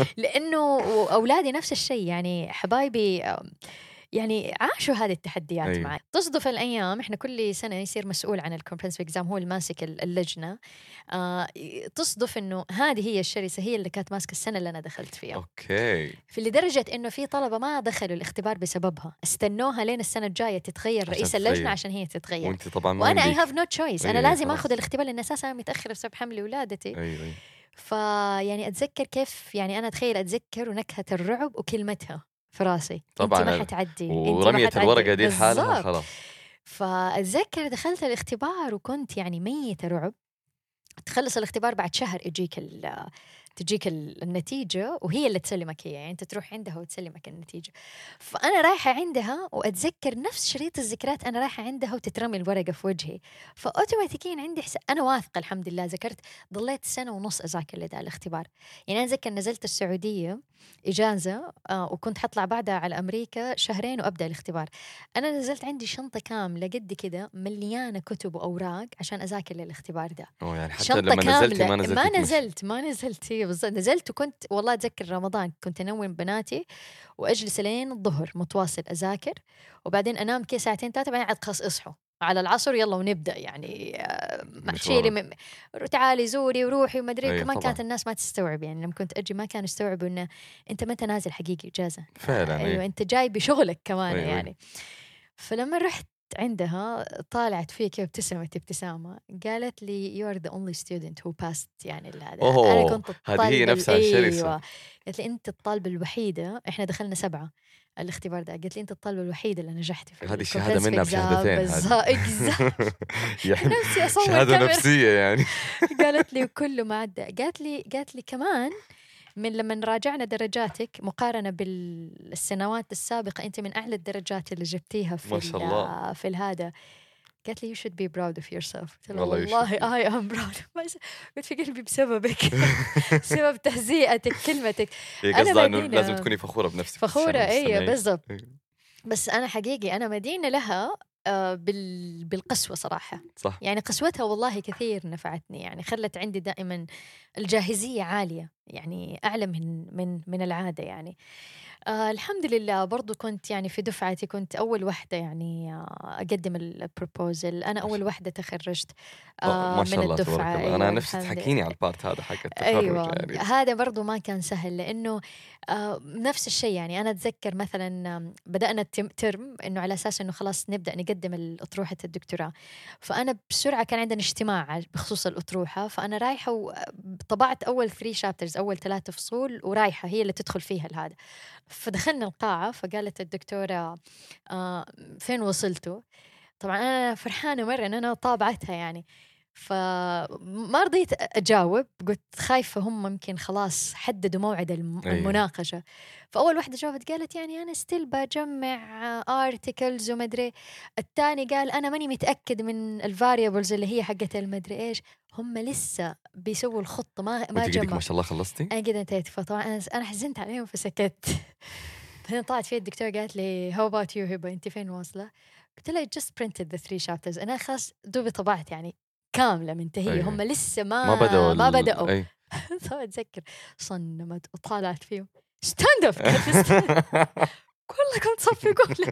لأنه أولادي نفس الشيء يعني، حبايبي يعني عاشوا هذه التحديات أيوة. معي. تصدف الأيام إحنا كل سنة يصير مسؤول عن الكومبرهنسيف إكزام هو الماسك اللجنة. آه تصدف إنه هذه هي الشرسة هي اللي كانت ماسكة السنة اللي أنا دخلت فيها. أوكي. في لدرجة إنه في طلبة ما دخلوا الاختبار بسببها، استنوها لين السنة الجاية تتغير رئيس تتغير. اللجنة عشان هي تتغير. وأنت طبعا ما وأنا I عندك. have no choice، أنا أيوة لازم خلاص. أخذ الاختبار لأن أساسا أنا متأخرة بسبب حمل ولادتي. أيوة أيوة. فيعني أتذكر كيف يعني، أنا أتخيل أتذكر ونكهة الرعب وكلمتها في راسي، طبعاً أنت ما حتعدي، ورمية الورقة دي لحالها خلاص. فأتذكر دخلت الاختبار وكنت يعني ميتة رعب. تخلص الاختبار بعد شهر يجيك تجيك النتيجة وهي اللي تسلمك هي، يعني أنت تروح عندها وتسلمك النتيجة. فأنا رايحة عندها وأتذكر نفس شريط الذكريات، أنا رايحة عندها وتترمي الورقة في وجهي، فأوتوماتيكيا عندي حس... أنا واثقة الحمد لله ذكرت. ضليت سنة ونص أذاكر لهذا الاختبار. يعني أنا أتذكر نزلت السعودية إجازة آه وكنت حطلع بعدها على أمريكا شهرين وأبدأ الاختبار. أنا نزلت عندي شنطة كاملة قد كده مليانة كتب وأوراق عشان أذاكر للاختبار ده. أوه يعني حتى لما نزلتي ما نزلت ما نزلت ما نزلت هي بالضبط. نزلت وكنت والله أتذكر رمضان كنت أنوم بناتي وأجلس لين الظهر متواصل أذاكر، وبعدين أنام كي ساعتين ثلاثة، بعدين عاد خلاص اصحوا على العصر يلا ونبدأ يعني تشيلي م... تعالي زوري وروحي وما أدري. كمان كانت الناس ما تستوعب يعني، لما كنت أجي ما كانوا يستوعبوا إنه أنت ما أنت نازل حقيقي إجازة فعلا. أيوة أنت جاي بشغلك كمان. أيوة. يعني فلما رحت عندها طالعت فيه كيف ابتسمت ابتسامة، قالت لي you are the only student who passed يعني هذا. أنا أوه كنت هذه هي الطالبة نفسها الشرسة. أيوة، قالت لي أنت الطالبة الوحيدة، إحنا دخلنا سبعة الاختبار ده، قالت لي أنت الطالبة الوحيدة اللي نجحتي في هذه الشهادة منها الcomprehensive بشهادتين exam. هذه. بالظبط يعني نفسي أصور شهادة كاميرا. نفسية يعني. قالت لي كله ما عدى. قالت لي قالت لي كمان من لما راجعنا درجاتك مقارنة بالسنوات السابقة أنت من أعلى الدرجات اللي جبتيها في ما شاء الله. في الهذا. قالت لي you should be proud of yourself. قلت لها والله you والله should be. I am proud. قلت في قلبي بسببك. سبب تهزيئتك كلمتك. هي أنا قصدها إنه مدينة لازم تكوني فخورة بنفسك. فخورة تشرف أيوة المستمعين. بالضبط. أيوة. بس أنا حقيقي أنا مدينة لها آه، بال بالقسوة صراحة. صح. يعني قسوتها والله كثير نفعتني، يعني خلت عندي دائما الجاهزية عالية، يعني أعلى من من من العادة يعني. آه الحمد لله برضو كنت يعني في دفعتي كنت أول واحدة يعني آه أقدم البروبوزل. أنا أول واحدة تخرجت آه، آه ما شاء من الله تبارك الدفعة. الله. أيوة أنا نفسي الحمد تحكيني لله. على البارت هذا حق التخرج أيوة يعني. هذا برضو ما كان سهل، لأنه آه نفس الشيء يعني. أنا أتذكر مثلا آم، بدأنا التم- ترم إنه على أساس إنه خلاص نبدأ نقدم الأطروحة الدكتوراه، فأنا بسرعة كان عندنا اجتماع بخصوص الأطروحة، فأنا رايحة وطبعت أول ثري شابترز أول ثلاثة فصول ورايحة هي اللي تدخل فيها هذا. فدخلنا القاعة فقالت الدكتورة آه فين وصلتوا؟ طبعا أنا فرحانة مرة إن أنا طابعتها يعني، فما رضيت أجاوب، قلت خايفة هم ممكن خلاص حددوا موعد الم- أيوة. المناقشة. فأول واحدة جاوبت قالت يعني أنا ستيل بجمع آرتيكلز ومدري. الثاني قال أنا ماني متأكد من الفاريبلز اللي هي حقت المدري إيش، هم لسه بيسووا الخطة ما ما وأنت قدك جمعوا. ما شاء الله خلصتي؟ أنا كده انتهيت. فطبعا أنا أنا حزنت عليهم فسكت. بعدين طلعت فيه الدكتور قالت لي how about you هبة أنت فين واصلة؟ قلت لها I just printed the three chapters. أنا خلاص دوبي طبعت يعني كاملة منتهية. أيوة. هم لسه ما ما بدأوا ما ال- بدأوا. أي. طبعا أتذكر صنمت وطالعت فيهم stand up. قالت لي stand. كلكم تصفقوا له.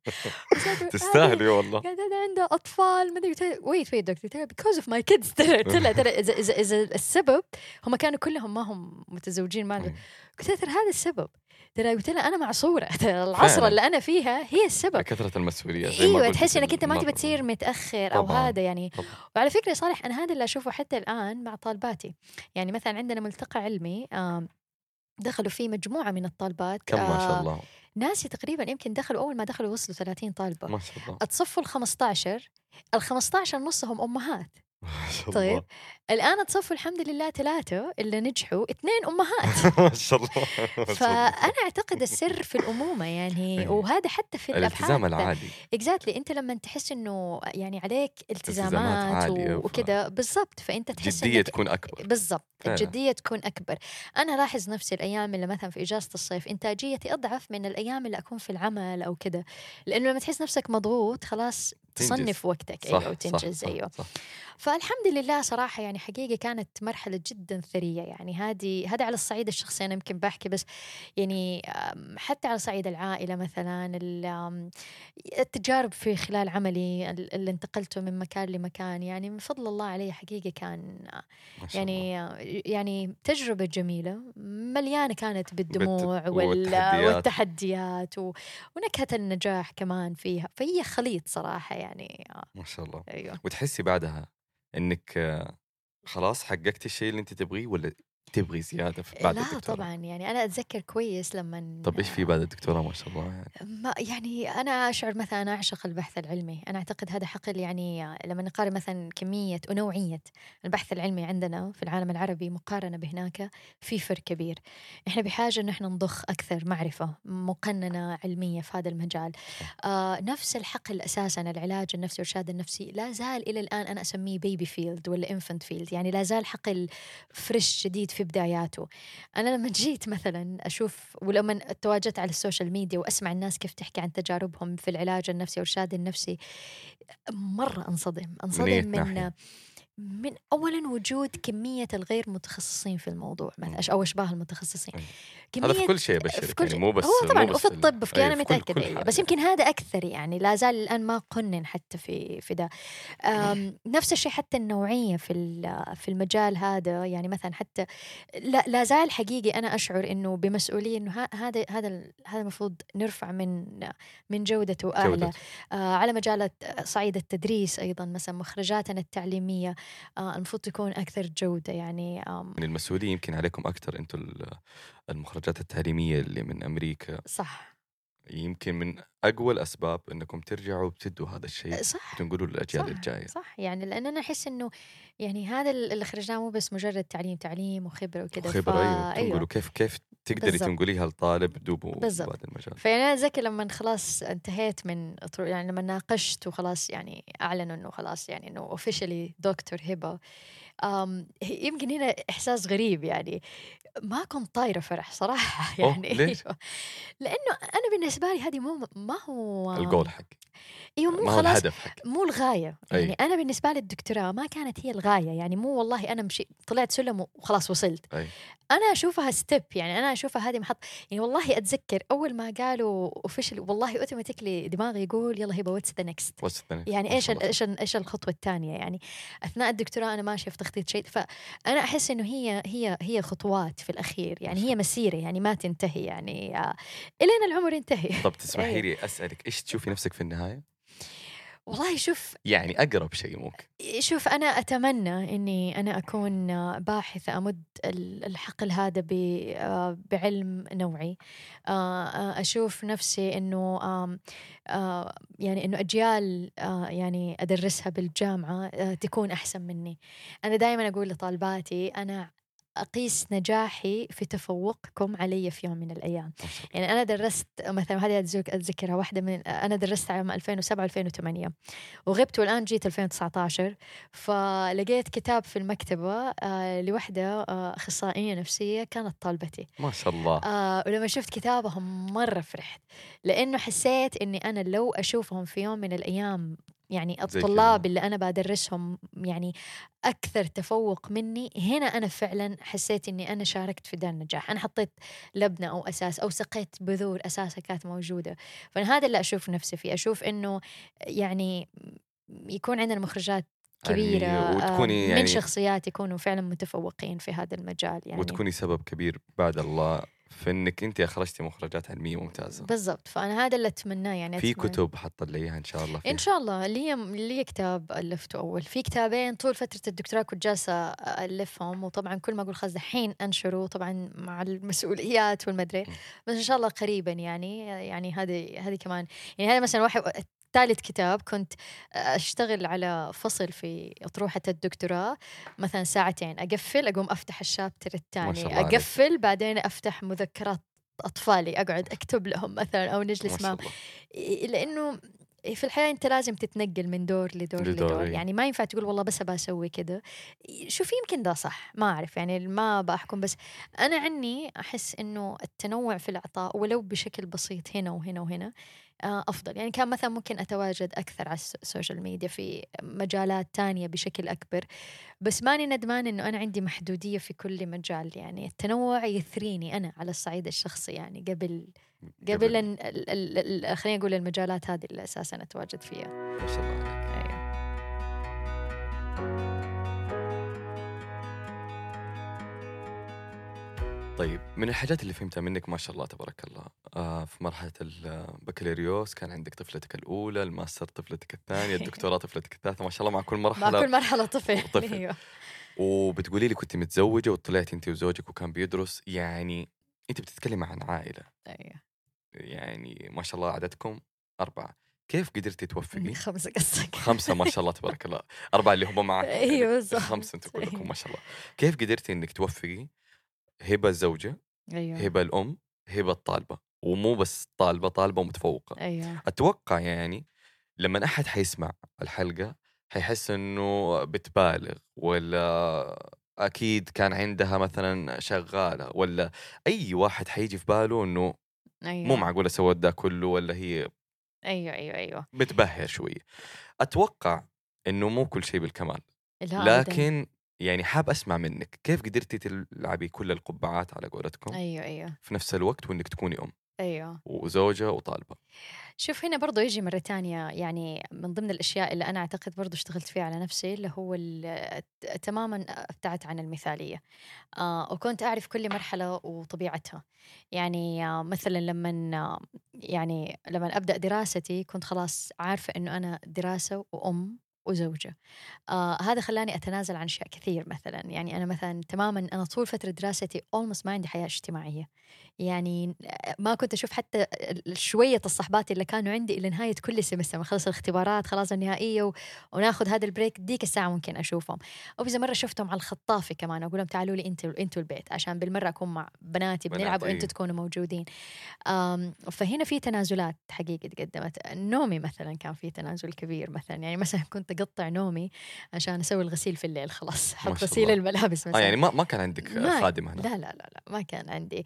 تستاهلي والله. قاعد هذا عنده أطفال ما أدري. قلت له wait wait دكتور. قلت له because of my kids. ترى ترى ترى إذا إذا إذا السبب هم كانوا كلهم ما هم متزوجين ما أي. قلت له ترى هذا السبب. ترى قلت له أنا معصورة. ترى العصرة فعلاً. اللي أنا فيها هي السبب. كثرة المسؤوليات زي ما ايوه قلت تحس في انك انت ما تبي المقطع. تصير متاخر او طبعاً. هذا يعني. طبعاً. وعلى فكره صالح انا هذا اللي اشوفه حتى الان مع طالباتي. يعني مثلا عندنا ملتقى علمي آم، دخلوا فيه مجموعه من الطالبات. كم ما شاء آه، الله. ناسي تقريبا يمكن دخلوا اول ما دخلوا وصلوا ثلاثين طالبه. ما شاء الله. اتصفوا ال خمستاشر، ال خمستاشر نصهم امهات. ما شاء طيب الله. الان تصفوا الحمد لله ثلاثه اللي نجحوا اثنين امهات. ما شاء الله. ما شاء الله. فانا اعتقد السر في الامومه يعني. أيوة. وهذا حتى في الابحاث الالتزام العادي. اكزاكتلي. انت لما تحس انه يعني عليك التزامات التزامات عالية و- ف- وكذا بالضبط، فانت تحس جدية إنك- تكون أكبر. بالضبط فعلا. الجديه تكون اكبر. انا لاحظ نفسي الايام اللي مثلا في اجازه الصيف انتاجيتي اضعف من الايام اللي اكون في العمل او كذا، لانه لما تحس نفسك مضغوط خلاص تنجز. تصنف وقتك. صح. ايوه صح. وتنجز. صح. ايوه صح. فالحمد لله صراحة يعني حقيقة كانت مرحلة جدا ثرية. يعني هذه هذا على الصعيد الشخصي أنا يمكن بحكي، بس يعني آم، حتى على صعيد العائلة مثلا ال- آم، التجارب في خلال عملي ال- اللي انتقلته من مكان لمكان، يعني من فضل الله علي حقيقة كان آه، ما شاء الله. يعني آه، يعني تجربة جميلة مليانة كانت بالدموع بالت- وال- والتحديات. والتحديات و- ونكهة النجاح كمان فيها. فهي خليط صراحة يعني آه، ما شاء الله. أيوه. وتحسي بعدها إنك آه، خلاص حققتي الشيء اللي أنت تبغيه ولا تبغي زيادة في بعد لا الدكتوراه؟ طبعا يعني أنا أتذكر كويس لما طب إيش في بعد الدكتوراه ما شاء الله يعني؟ ما يعني أنا أشعر مثلا أنا أعشق البحث العلمي. أنا أعتقد هذا حقل يعني لما نقارن مثلا كمية ونوعية البحث العلمي عندنا في العالم العربي مقارنة بهناك في فرق كبير. إحنا بحاجة إن إحنا نضخ أكثر معرفة مقننة علمية في هذا المجال. آه نفس الحقل أساسا العلاج النفسي والإرشاد النفسي لا زال إلى الآن أنا أسميه بيبي فيلد ولا إنفنت فيلد، يعني لا زال حقل فريش جديد في بداياته. أنا لما جيت مثلا أشوف ولما تواجدت على السوشيال ميديا وأسمع الناس كيف تحكي عن تجاربهم في العلاج النفسي والإرشاد النفسي، مرة أنصدم من أي أنصدم من ناحية؟ من أولا وجود كمية الغير متخصصين في الموضوع مثلا أو أشباه المتخصصين. هذا في كل شيء بشري يعني مو بس هو طبعا مو بس وفي الطب في أنا متأكدة يعني. بس يمكن هذا أكثر يعني لا زال الآن ما قنن حتى في في ده. نفس الشيء حتى النوعية في في المجال هذا يعني مثلا حتى لا لا زال حقيقي أنا أشعر إنه بمسؤولية إنه هذا هذا هذا المفروض نرفع من من جودته أعلى. جودة. آه على مجال صعيد التدريس أيضا مثلا مخرجاتنا التعليمية آه المفروض تكون أكثر جودة يعني. من المسؤولية يمكن عليكم أكثر أنتم المخرجات التعليمية اللي من أمريكا. صح. يمكن من أقوى الأسباب أنكم ترجعوا بتدوا هذا الشيء. صح. تنقلوا للأجيال صح. الجاية. صح يعني لأن أنا أحس إنه يعني هذا اللي خرجناه مو بس مجرد تعليم تعليم وخبرة وكذا. خبرة أيوة. تنقلوا أيوة. كيف كيف تقدري تنقليها لطالب دوبه بعد المجال. فأنا أتذكر لما خلاص انتهيت من يعني لما ناقشت وخلاص يعني أعلنوا إنه خلاص يعني إنه officially دكتور هبة. يمكن هنا إحساس غريب يعني ما كنت طايرة فرح صراحة يعني. ليش؟ لأنه أنا بالنسبة لي هذه مو ما هو الجول حق. ايوه مو ما هو خلاص الهدف حق. مو الغاية يعني. أي. أنا بالنسبة لي الدكتوراه ما كانت هي الغاية يعني مو والله أنا مشي طلعت سلم وخلاص وصلت. أي. أنا أشوفها ستيب يعني أنا أشوفها هذه محط يعني. والله أتذكر أول ما قالوا أوفيشل والله أوتوماتيكلي دماغي يقول يلا هبة واتس ذا نيكست يعني إيش إيش إيش الخطوة الثانية يعني. أثناء الدكتوراه أنا ماشية في تخطيط شيء فأنا أحس إنه هي هي هي خطوات في الأخير يعني هي مسيرة يعني ما تنتهي يعني إلين العمر ينتهي. طب تسمحي لي أسألك إيش تشوفي نفسك في النهاية؟ والله شوف يعني أقرب شيء ممكن. شوف أنا أتمنى إني أنا أكون باحثة أمد الحقل هذا بعلم نوعي. أشوف نفسي إنه يعني إنه أجيال يعني أدرسها بالجامعة تكون أحسن مني. أنا دائما أقول لطالباتي أنا أقيس نجاحي في تفوقكم علي في يوم من الأيام. يعني أنا درست مثلا هذه أتذكرها واحدة من أنا درست عام ألفين وسبعة ألفين وثمانية وغبت والآن جيت ألفين وتسعة عشر فلقيت كتاب في المكتبة آه لوحدة آه أخصائية نفسية كانت طالبتي ما شاء الله. آه ولما شفت كتابهم مرة فرحت لأنه حسيت إني أنا لو أشوفهم في يوم من الأيام يعني الطلاب اللي أنا بدرسهم يعني أكثر تفوق مني هنا أنا فعلا حسيت إني أنا شاركت في ده النجاح. أنا حطيت لبنة أو أساس أو سقيت بذور أساسها كانت موجودة. فهذا اللي أشوف نفسي فيه. أشوف إنه يعني يكون عندنا مخرجات كبيرة يعني وتكوني من يعني شخصيات يكونوا فعلا متفوقين في هذا المجال يعني. وتكوني سبب كبير بعد الله في انك انت اخرجتي مخرجات علميه ممتازه. بالضبط. فانا هذا اللي اتمناه يعني. في كتب حط لي اياها ان شاء الله فيها. ان شاء الله لي لي كتاب الفته اول في كتابين طول فتره الدكتوراه كنت جالسه الفهم وطبعا كل ما اقول خلاص الحين انشره طبعا مع المسؤوليات والمدري بس ان شاء الله قريبا يعني يعني هذه هذه كمان يعني. هذا مثلا واحد ثالث كتاب كنت أشتغل على فصل في أطروحة الدكتوراه مثلا ساعتين أقفل أقوم أفتح الشابتر الثاني أقفل عليك. بعدين أفتح مذكرات أطفالي أقعد أكتب لهم مثلا أو نجلس معهم لأنه في الحياة أنت لازم تتنقل من دور لدور لدور, لدور. يعني ما ينفع تقول والله بس أبى أسوي كده. شوف يمكن ده صح ما أعرف يعني ما بحكم بس أنا عني أحس إنه التنوع في العطاء ولو بشكل بسيط هنا وهنا وهنا أفضل. يعني كان مثلا ممكن أتواجد أكثر على السوشيال ميديا في مجالات تانية بشكل أكبر بس ماني ندمان إنه أنا عندي محدودية في كل مجال. يعني التنوع يثريني أنا على الصعيد الشخصي يعني قبل قبل أن خلينا نقول المجالات هذه اللي أساسا أتواجد فيها. ما شاء الله عليك. أيوة. طيب من الحاجات اللي فهمتها منك ما شاء الله تبارك الله آه في مرحلة البكالوريوس كان عندك طفلتك الأولى، الماستر طفلتك الثانية، الدكتوراه طفلتك الثالثة، ما شاء الله مع كل مرحلة مع كل مرحلة طفل, طفل. أيوة. وبتقولي لي كنت متزوجة وطلعت أنت وزوجك وكان بيدرس يعني أنت بتتكلم عن عائلة. أيوة. يعني ما شاء الله عددكم أربعة. كيف قدرتي توفقي؟ خمسة قصدك. خمسة ما شاء الله تبارك الله. أربعة اللي هم معك. أيوة بالضبط. خمسة أنتوا كلكم ما شاء الله. كيف قدرتي إنك توفقي هبة الزوجة، أيوة. هبة الأم، هبة الطالبة، ومو بس طالبة طالبة متفوقة. أيوة. أتوقع يعني لما أحد حيسمع الحلقة حيحس إنه بتبالغ ولا أكيد كان عندها مثلا شغالة ولا أي واحد حيجي في باله إنه أيوة. مو معقولة سوت ده كله ولا هي أيوة أيوة أيوة بتبهر شوية. أتوقع إنه مو كل شيء بالكمال لكن يعني حاب أسمع منك كيف قدرتي تلعبي كل القبعات على قولتكم أيوة أيوة في نفس الوقت وإنك تكوني أم أيوة وزوجة وطالبة. شوف هنا برضو يجي مرة تانية، يعني من ضمن الأشياء اللي أنا أعتقد برضو اشتغلت فيها على نفسي اللي هو تماما ابتعدت عن المثالية. آه وكنت أعرف كل مرحلة وطبيعتها. يعني آه مثلا لما آه يعني لما أبدأ دراستي كنت خلاص عارفة إنه أنا دراسة وأم وزوجة. آه هذا خلاني أتنازل عن أشياء كثير. مثلا يعني أنا مثلا تماما أنا طول فترة دراستي almost ما عندي حياة اجتماعية. يعني ما كنت أشوف حتى شوية الصحبات اللي كانوا عندي إلى نهاية كل سمستر، ما خلص الاختبارات خلاص النهائية و... وناخذ هذا البريك ديك الساعة ممكن أشوفهم. أو إذا مرة شفتهم على الخطافة كمان أقول لهم تعالوا لي أنتوا أنتوا البيت عشان بالمرة أكون مع بناتي بنلعب وأنتوا تكونوا موجودين. فهنا في تنازلات حقيقة تقدمت. نومي مثلا كان في تنازل كبير. مثلا يعني مثلا كنت أقطع نومي عشان أسوي الغسيل في الليل، خلاص حط غسيل الملابس مثلا. آه يعني ما ما كان عندك خادمة هنا؟ لا لا لا لا ما كان عندي.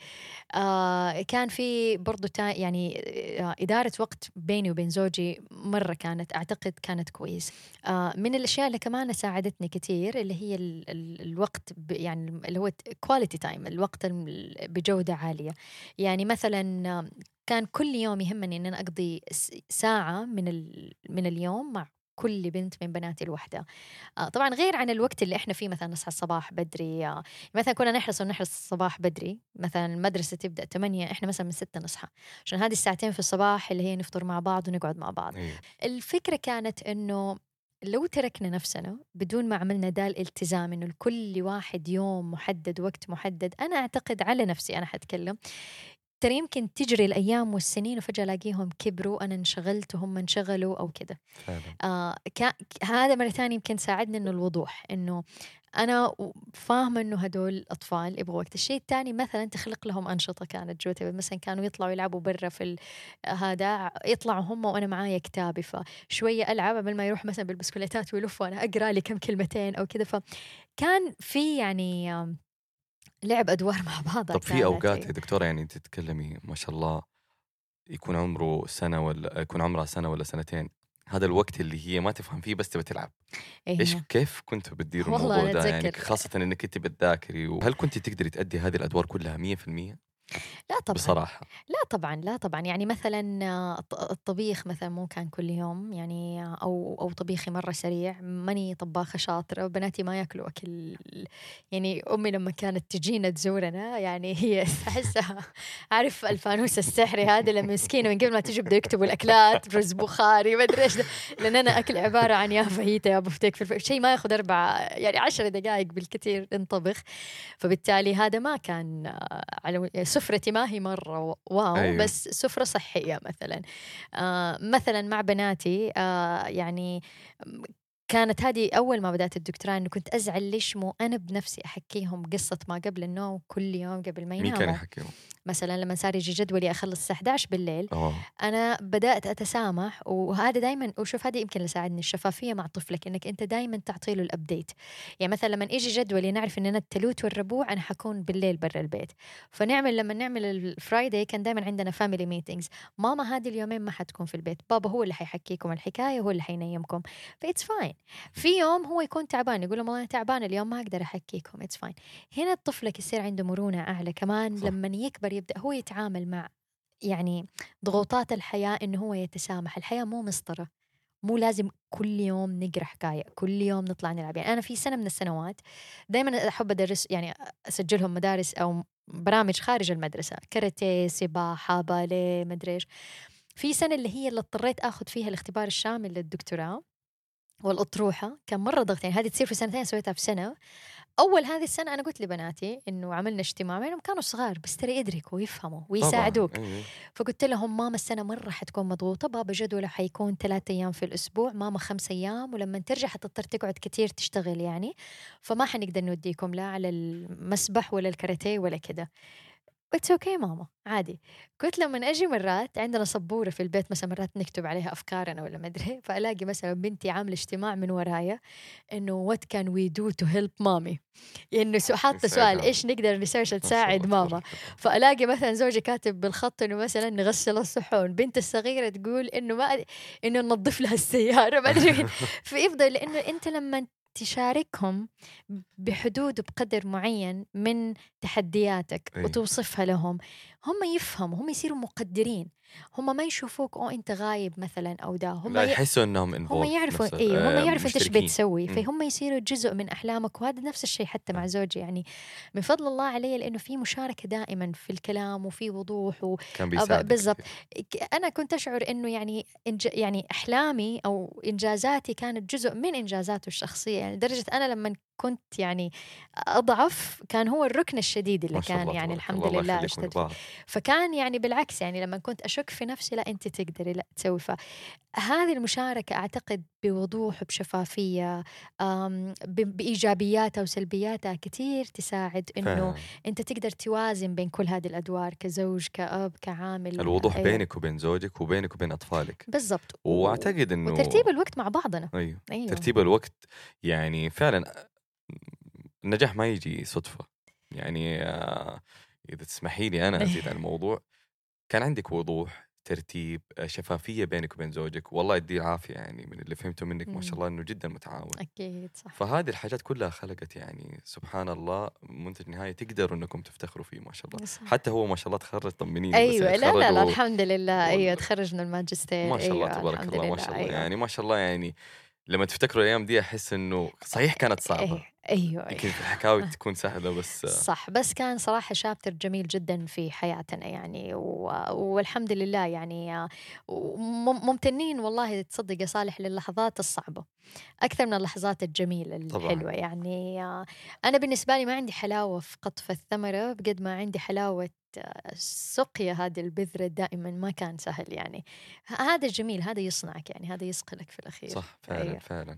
آه كان في برضو يعني آه إدارة وقت بيني وبين زوجي مرة كانت أعتقد كانت كويس. آه من الأشياء اللي كمان ساعدتني كتير اللي هي ال ال الوقت يعني اللي هو quality time، الوقت بجودة عالية. يعني مثلا كان كل يوم يهمني إن أنا أقضي ساعة من من اليوم مع كل بنت من بناتي الوحدة. آه طبعا غير عن الوقت اللي احنا فيه مثلا نصحى الصباح بدري. آه مثلا كنا نحرص ونحرص الصباح بدري، مثلا المدرسة تبدأ ثمانية احنا مثلا من ستة نصحى عشان هذه الساعتين في الصباح اللي هي نفطر مع بعض ونقعد مع بعض. أيوه. الفكرة كانت انه لو تركنا نفسنا بدون ما عملنا دا الالتزام انه لكل واحد يوم محدد وقت محدد، انا اعتقد على نفسي انا حتكلم ترى يمكن تجري الأيام والسنين وفجأة ألاقيهم كبروا أنا انشغلت وهم انشغلوا أو كده. آه هذا مرة ثانية يمكن ساعدني إنه الوضوح إنه أنا فاهمة إنه هدول أطفال يبغوا وقت. الشيء الثاني مثلا تخلق لهم أنشطة كانت جوتي، مثلا كانوا يطلعوا يلعبوا برا في هذا يطلعوا هم وأنا معايا كتابي فشوية ألعب قبل ما يروح مثلا بالبسكوليتات ويلفوا أنا أقرأ لي كم كلمتين أو كده. فكان في يعني لعب أدوار مع بعض. طب في أوقات يا دكتورة يعني تتكلمي ما شاء الله يكون عمره سنة ولا يكون عمرها سنة ولا سنتين، هذا الوقت اللي هي ما تفهم فيه بس تبى تلعب. إيه إيش كيف كنت بتديروا الموضوع ده يعني خاصة إنك كنت بتذاكري؟ وهل كنت تقدري تأدي هذه الأدوار كلها مية في المية؟ لا طبعا بصراحة لا طبعا لا طبعا يعني مثلا الطبيخ مثلا مو كان كل يوم يعني أو أو طبيخي مرة سريع، ماني طباخة شاطرة، بناتي ما يأكلوا أكل. يعني أمي لما كانت تجينا تزورنا يعني هي أحسها عارف الفانوس السحري هذا لما مسكينة من قبل ما تجي بدأ يكتبوا الأكلات رز بخاري ما أدري إيش، لأن أنا أكل عبارة عن يا فاهيتا يا بفتيك في شيء ما ياخذ أربع يعني عشر دقائق بالكثير نطبخ. فبالتالي هذا ما كان على سفرتي ما هي مرة واو. أيوه. بس سفرة صحية مثلا. آه مثلا مع بناتي آه يعني كانت هذه أول ما بدأت الدكتوراه إنه كنت أزعل ليش مو أنا بنفسي أحكيهم قصة ما قبل النوم كل يوم قبل ما يناموا. مين كان يحكيهم؟ مثلا لما صار يجي جدولي أخلص الساعة إحدى عشر بالليل أوه. أنا بدأت أتسامح. وهذا دايما وشوف هذه يمكن لساعدني الشفافية مع طفلك إنك أنت دايما تعطي له الأبديت. يعني مثلا لما يجي جدولي نعرف إن أنا التلوت والربوع أنا حكون بالليل برا البيت، فنعمل لما نعمل الفرايداي كان دايما عندنا فاميلي ميتينجز، ماما هذه اليومين ما حتكون في البيت، بابا هو اللي حيحكيكم الحكاية هو اللي حينيمكم، فإتس فاين. في يوم هو يكون تعبان يقول له أنا تعبان اليوم ما أقدر أحكيكم، إتس فاين. هنا الطفلك يصير عنده مرونة أعلى كمان. صح. لما يكبر يبدأ هو يتعامل مع يعني ضغوطات الحياة إنه هو يتسامح. الحياة مو مسطرة، مو لازم كل يوم نقرأ حكاية كل يوم نطلع نلعب. يعني أنا في سنة من السنوات دايما أحب أدرس يعني أسجلهم مدارس أو برامج خارج المدرسة، كاراتيه سباحة باليه مدري إيش. في سنة اللي هي اللي اضطريت أخذ فيها الاختبار الشامل للدكتوراه والأطروحة كان مرة ضغط. يعني هذه تصير في سنتين سويتها في سنة. أول هذه السنة أنا قلت لبناتي إنه عملنا اجتماع بينهم كانوا صغار بس ترى يدركوا ويفهموا ويساعدوك. أيوه. فقلت لهم ماما السنة مرة حتكون مضغوطة، بابا جدوله حيكون ثلاثة أيام في الأسبوع، ماما خمسة أيام، ولما ترجع حتضطر تقعد كتير تشتغل يعني، فما حنقدر نوديكم لا على المسبح ولا الكاراتيه ولا كده. It's okay ماما عادي. قلت لما أجي مرات عندنا صبورة في البيت مثلا مرات نكتب عليها أفكارنا ولا مدري، فألاقي مثلا بنتي عاملة اجتماع من ورايا إنه what can we do to help mommy، إنه حاطة سؤال إيش نقدر نسوي عشان تساعد ماما. فألاقي مثلا زوجي كاتب بالخط إنه مثلا نغسل الصحون، بنت الصغيرة تقول إنه ما إنه ننظف لها السيارة ما أدري. فيفضل لأنه أنت لما تشاركهم بحدود وبقدر معين من تحدياتك أي. وتوصفها لهم، هم يفهموا، هم يصيروا مقدرين، هم ما يشوفوك أو أنت غايب مثلا أو ده، هم لا ي... يحسوا انهم هم involved يعرفوا نفس- ايوه هم آه، يعرفوا انت ايش مشتركين. بتسوي، مم. فهم يصيروا جزء من احلامك. وهذا نفس الشيء حتى مع آه. زوجي، يعني من فضل الله علي لانه في مشاركه دائما في الكلام وفي وضوح و... كان أب- بيساعدك بالضبط. كثير. ك- انا كنت اشعر انه يعني إنج... يعني احلامي او انجازاتي كانت جزء من انجازاته الشخصيه، يعني لدرجه انا لما كنت يعني اضعف كان هو الركن الشديد اللي ما شاء كان الله يعني تبارك الحمد الله، الله لله يخليكم اشتد فيه. لبعض. فكان يعني بالعكس، يعني لما كنت اشك في نفسي لا انت تقدري لا تسوي. فهذه المشاركه اعتقد بوضوح وبشفافيه، آم، ب- بايجابياتها وسلبياتها كثير تساعد انه فعلا انت تقدر توازن بين كل هذه الادوار كزوج كأب كعامل. الوضوح أيوة. بينك وبين زوجك وبينك وبين اطفالك. بالضبط. و... واعتقد انه وترتيب الوقت مع بعضنا. ايوه ايوه ترتيب الوقت، يعني فعلا النجاح ما يجي صدفة. يعني آه، إذا تسمحي لي أنا أزيد عن الموضوع، كان عندك وضوح، ترتيب، آه، شفافية بينك وبين زوجك، والله يديه العافية. يعني من اللي فهمته منك ما شاء مم. الله إنه جدا متعاون. اكيد صح. فهذه الحاجات كلها خلقت يعني سبحان الله منتج نهائي تقدروا إنكم تفتخروا فيه ما شاء الله. صح. حتى هو ما شاء الله تخرج، طمنيني ايوه بس يعني لا لا لا تخرج و... الحمد لله. وال- ايوه تخرج من الماجستير. ما شاء الله ايوه تبارك الحمد الله ما لله. شاء الله. ايوه يعني ما شاء الله. يعني لما تفتكروا الأيام دي أحس إنه صحيح كانت صعبة، ايوه ايوه, يمكن أيوه. في الحكاوي تكون سهلة بس صح، بس كان صراحة شابتر جميل جدا في حياتنا يعني و... والحمد لله يعني وم- ممتنين والله تصدق يا صالح للحظات الصعبة أكثر من اللحظات الجميلة الحلوة. طبعا. يعني أنا بالنسبة لي ما عندي حلاوة في قطف الثمرة بقد ما عندي حلاوة سقيا هذه البذرة. دائما ما كان سهل يعني. ه- هذا الجميل، هذا يصنعك يعني، هذا يصقلك في الأخير. صح فعلا أيوه. فعلا.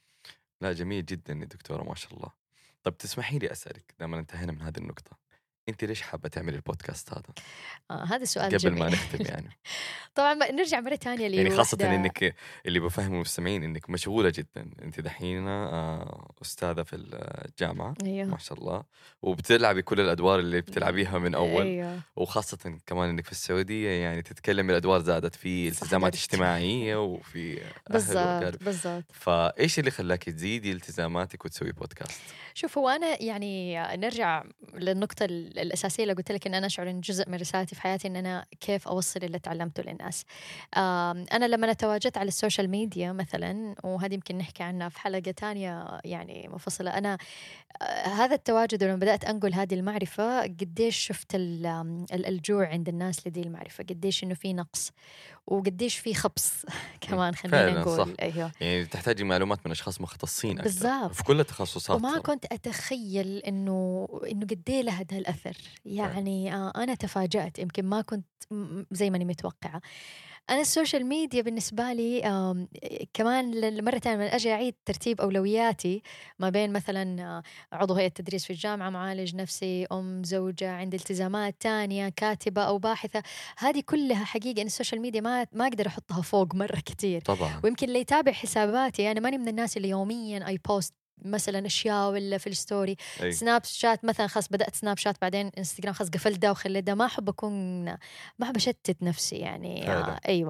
لا جميل جدا يا دكتورة ما شاء الله. طب تسمحي لي أسألك دائما انتهينا من هذه النقطة، أنت ليش حابة تعملي البودكاست هذا؟ آه هذا سؤال قبل جميل. ما نختم يعني. طبعا نرجع مرة ثانية يعني خاصة لوحدة- إنك اللي بفهم المستمعين إنك مشغولة جدا، أنت دحين آه، أستاذة في الجامعة أيوه. ما شاء الله، وبتلعبي كل الأدوار اللي بتلعبيها من أول. أيوه. وخاصة كمان إنك في السعودية يعني تتكلم الأدوار زادت في صح، التزامات درجة. اجتماعية وفي أهل بالضبط وأقارب. بالضبط. فإيش اللي خلاك تزيدي التزاماتك وتسوي بودكاست؟ شوف هو أنا يعني نرجع للنقطة ال- الأساسية اللي قلت لك إن أنا أشعر إن جزء من رسالتي في حياتي إن أنا كيف أوصل اللي تعلمته للناس. آم، أنا لما تواجدت على السوشيال ميديا مثلا، وهذه يمكن نحكي عنها في حلقة تانية يعني منفصلة، أنا آه، هذا التواجد لما بدأت أنقل هذه المعرفة قديش شفت ال- ال- الجوع عند الناس لدي المعرفة، قديش إنه في نقص وقديش في خبص كمان خلينا فعلا نقول. صح. أيوه يعني تحتاجي معلومات من أشخاص مختصين أكثر بالضبط. في كل التخصصات. وما صراحة. كنت أتخيل إنه إنه قد إيه له هذا الأثر. يعني آه أنا تفاجأت، يمكن ما كنت م- زي ما أنا متوقعة. أنا السوشيال ميديا بالنسبة لي آم، كمان ل- مرة ثانية من أجي أعيد ترتيب أولوياتي ما بين مثلا آه، عضو هيئة التدريس في الجامعة، معالج نفسي، أم، زوجة، عندي التزامات تانية، كاتبة أو باحثة. هذه كلها حقيقة إن السوشيال ميديا ما ما أقدر أحطها فوق مرة كتير. طبعا. ويمكن اللي يتابع حساباتي، أنا ماني من الناس اللي يوميا أي بوست مثلا اشياء ولا في الستوري. أي. سناب شات مثلا خلاص بدات سناب شات، بعدين انستغرام خلاص قفلت ده وخليت ده. ما احب اكون ما احب اشتت نفسي يعني. فعلا. آه ايوه.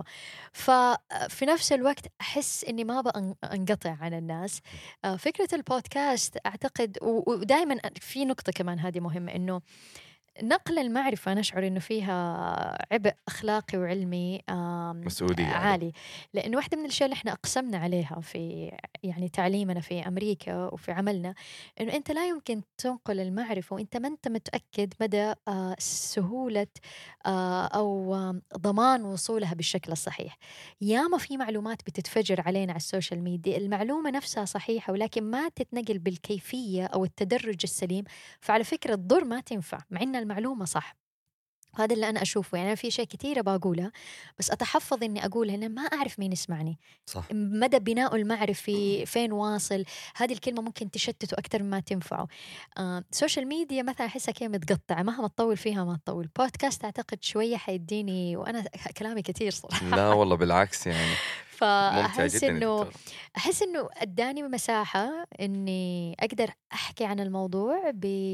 ففي نفس الوقت احس اني ما ابغى انقطع عن الناس. آه فكره البودكاست اعتقد، ودائما في نقطه كمان هذه مهمه، انه نقل المعرفة نشعر إنه فيها عبء أخلاقي وعلمي مسؤولية عالي. لأنه واحدة من الأشياء اللي إحنا أقسمنا عليها في يعني تعليمنا في أمريكا وفي عملنا، إنه أنت لا يمكن تنقل المعرفة وأنت ما أنت متأكد مدى آه سهولة آه أو آه ضمان وصولها بالشكل الصحيح. ياما في معلومات بتتفجر علينا على السوشيال ميديا، المعلومة نفسها صحيحة ولكن ما تتنقل بالكيفية أو التدرج السليم، فعلى فكرة تضر ما تنفع مع إن المعلومة صح. هذا اللي أنا أشوفه. يعني أنا في شيء كتيرة بقولها بس أتحفظ إني أقولها لأن ما أعرف مين يسمعني. صح. مدى بناء المعرفي فين واصل. هذه الكلمة ممكن تشتته أكتر مما تنفعه. آه، سوشيال ميديا مثلا أحسها كده متقطعة، مهما تطول فيها ما تطول. بودكاست أعتقد شوية حيديني، وأنا كلامي كتير صراحة. لا والله بالعكس يعني. فأحس إنه أحس إنه أداني مساحة إني أقدر أحكي عن الموضوع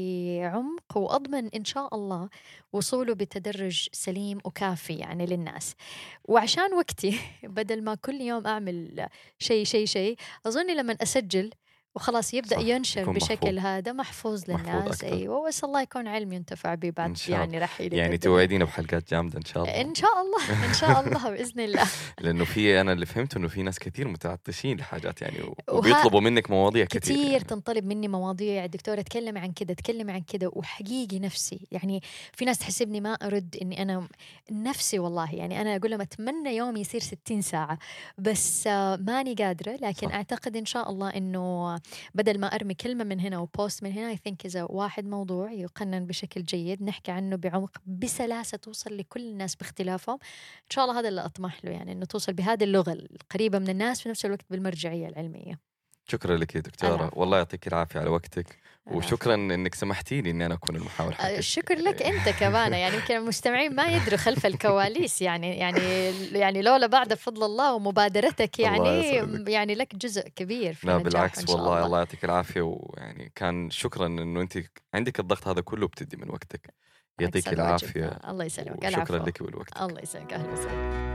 بعمق وأضمن إن شاء الله وصوله بتدرج سليم وكافي يعني للناس. وعشان وقتي بدل ما كل يوم أعمل شيء شيء شيء، أظن لما أسجل وخلاص يبدأ صح. ينشر يكون بشكل محفوظ. هذا محفوظ محفوظ للناس. أكثر. أيوة، بس الله يكون علم ينتفع به إن بعد شاء الله. يعني رحيلي يعني الدنيا. توعدينا بحلقات جامدة إن شاء الله. إن شاء الله إن شاء الله بإذن الله. لأنه في أنا اللي فهمته إنه في ناس كثير متعطشين لحاجات يعني و- وها- وبيطلبوا منك مواضيع كثير, كتير يعني. تنطلب مني مواضيع يا دكتورة، تكلم عن كده تكلم عن كده، وحقيقي نفسي يعني في ناس تحسبني ما أرد، إني أنا نفسي والله يعني أنا أقول لهم أتمنى يوم يصير ستين ساعة بس آه، ماني قادرة. لكن صح. أعتقد إن شاء الله إنه بدل ما أرمي كلمة من هنا وبوست من هنا، I think إذا واحد موضوع يقنن بشكل جيد نحكي عنه بعمق بسلاسة توصل لكل الناس باختلافهم، إن شاء الله هذا اللي أطمح له، يعني إنه توصل بهذه اللغة القريبة من الناس في نفس الوقت بالمرجعية العلمية. شكرا لك يا دكتورة، العفو. والله يعطيك العافية على وقتك، العفو. وشكرا إنك سمحتي لي إني أنا أكون المحاور آه، حقك. الشكر لك أنت كمان، يعني يمكن المستمعين ما يدروا خلف الكواليس يعني يعني يعني لولا بعد فضل الله ومبادرتك الله يعني يسعدك. يعني لك جزء كبير في لا نجاح بالعكس إن شاء والله، الله. الله يعطيك العافية، ويعني كان شكرا إنه أنت عندك الضغط هذا كله بتدي من وقتك، يعطيك أكسر الواجب. العافية. الله يسلمك. وشكرا العفو. لك ولوقتك. الله يسلمك. أهلا وسهلا.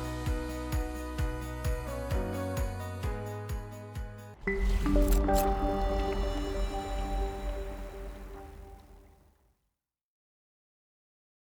Thank you.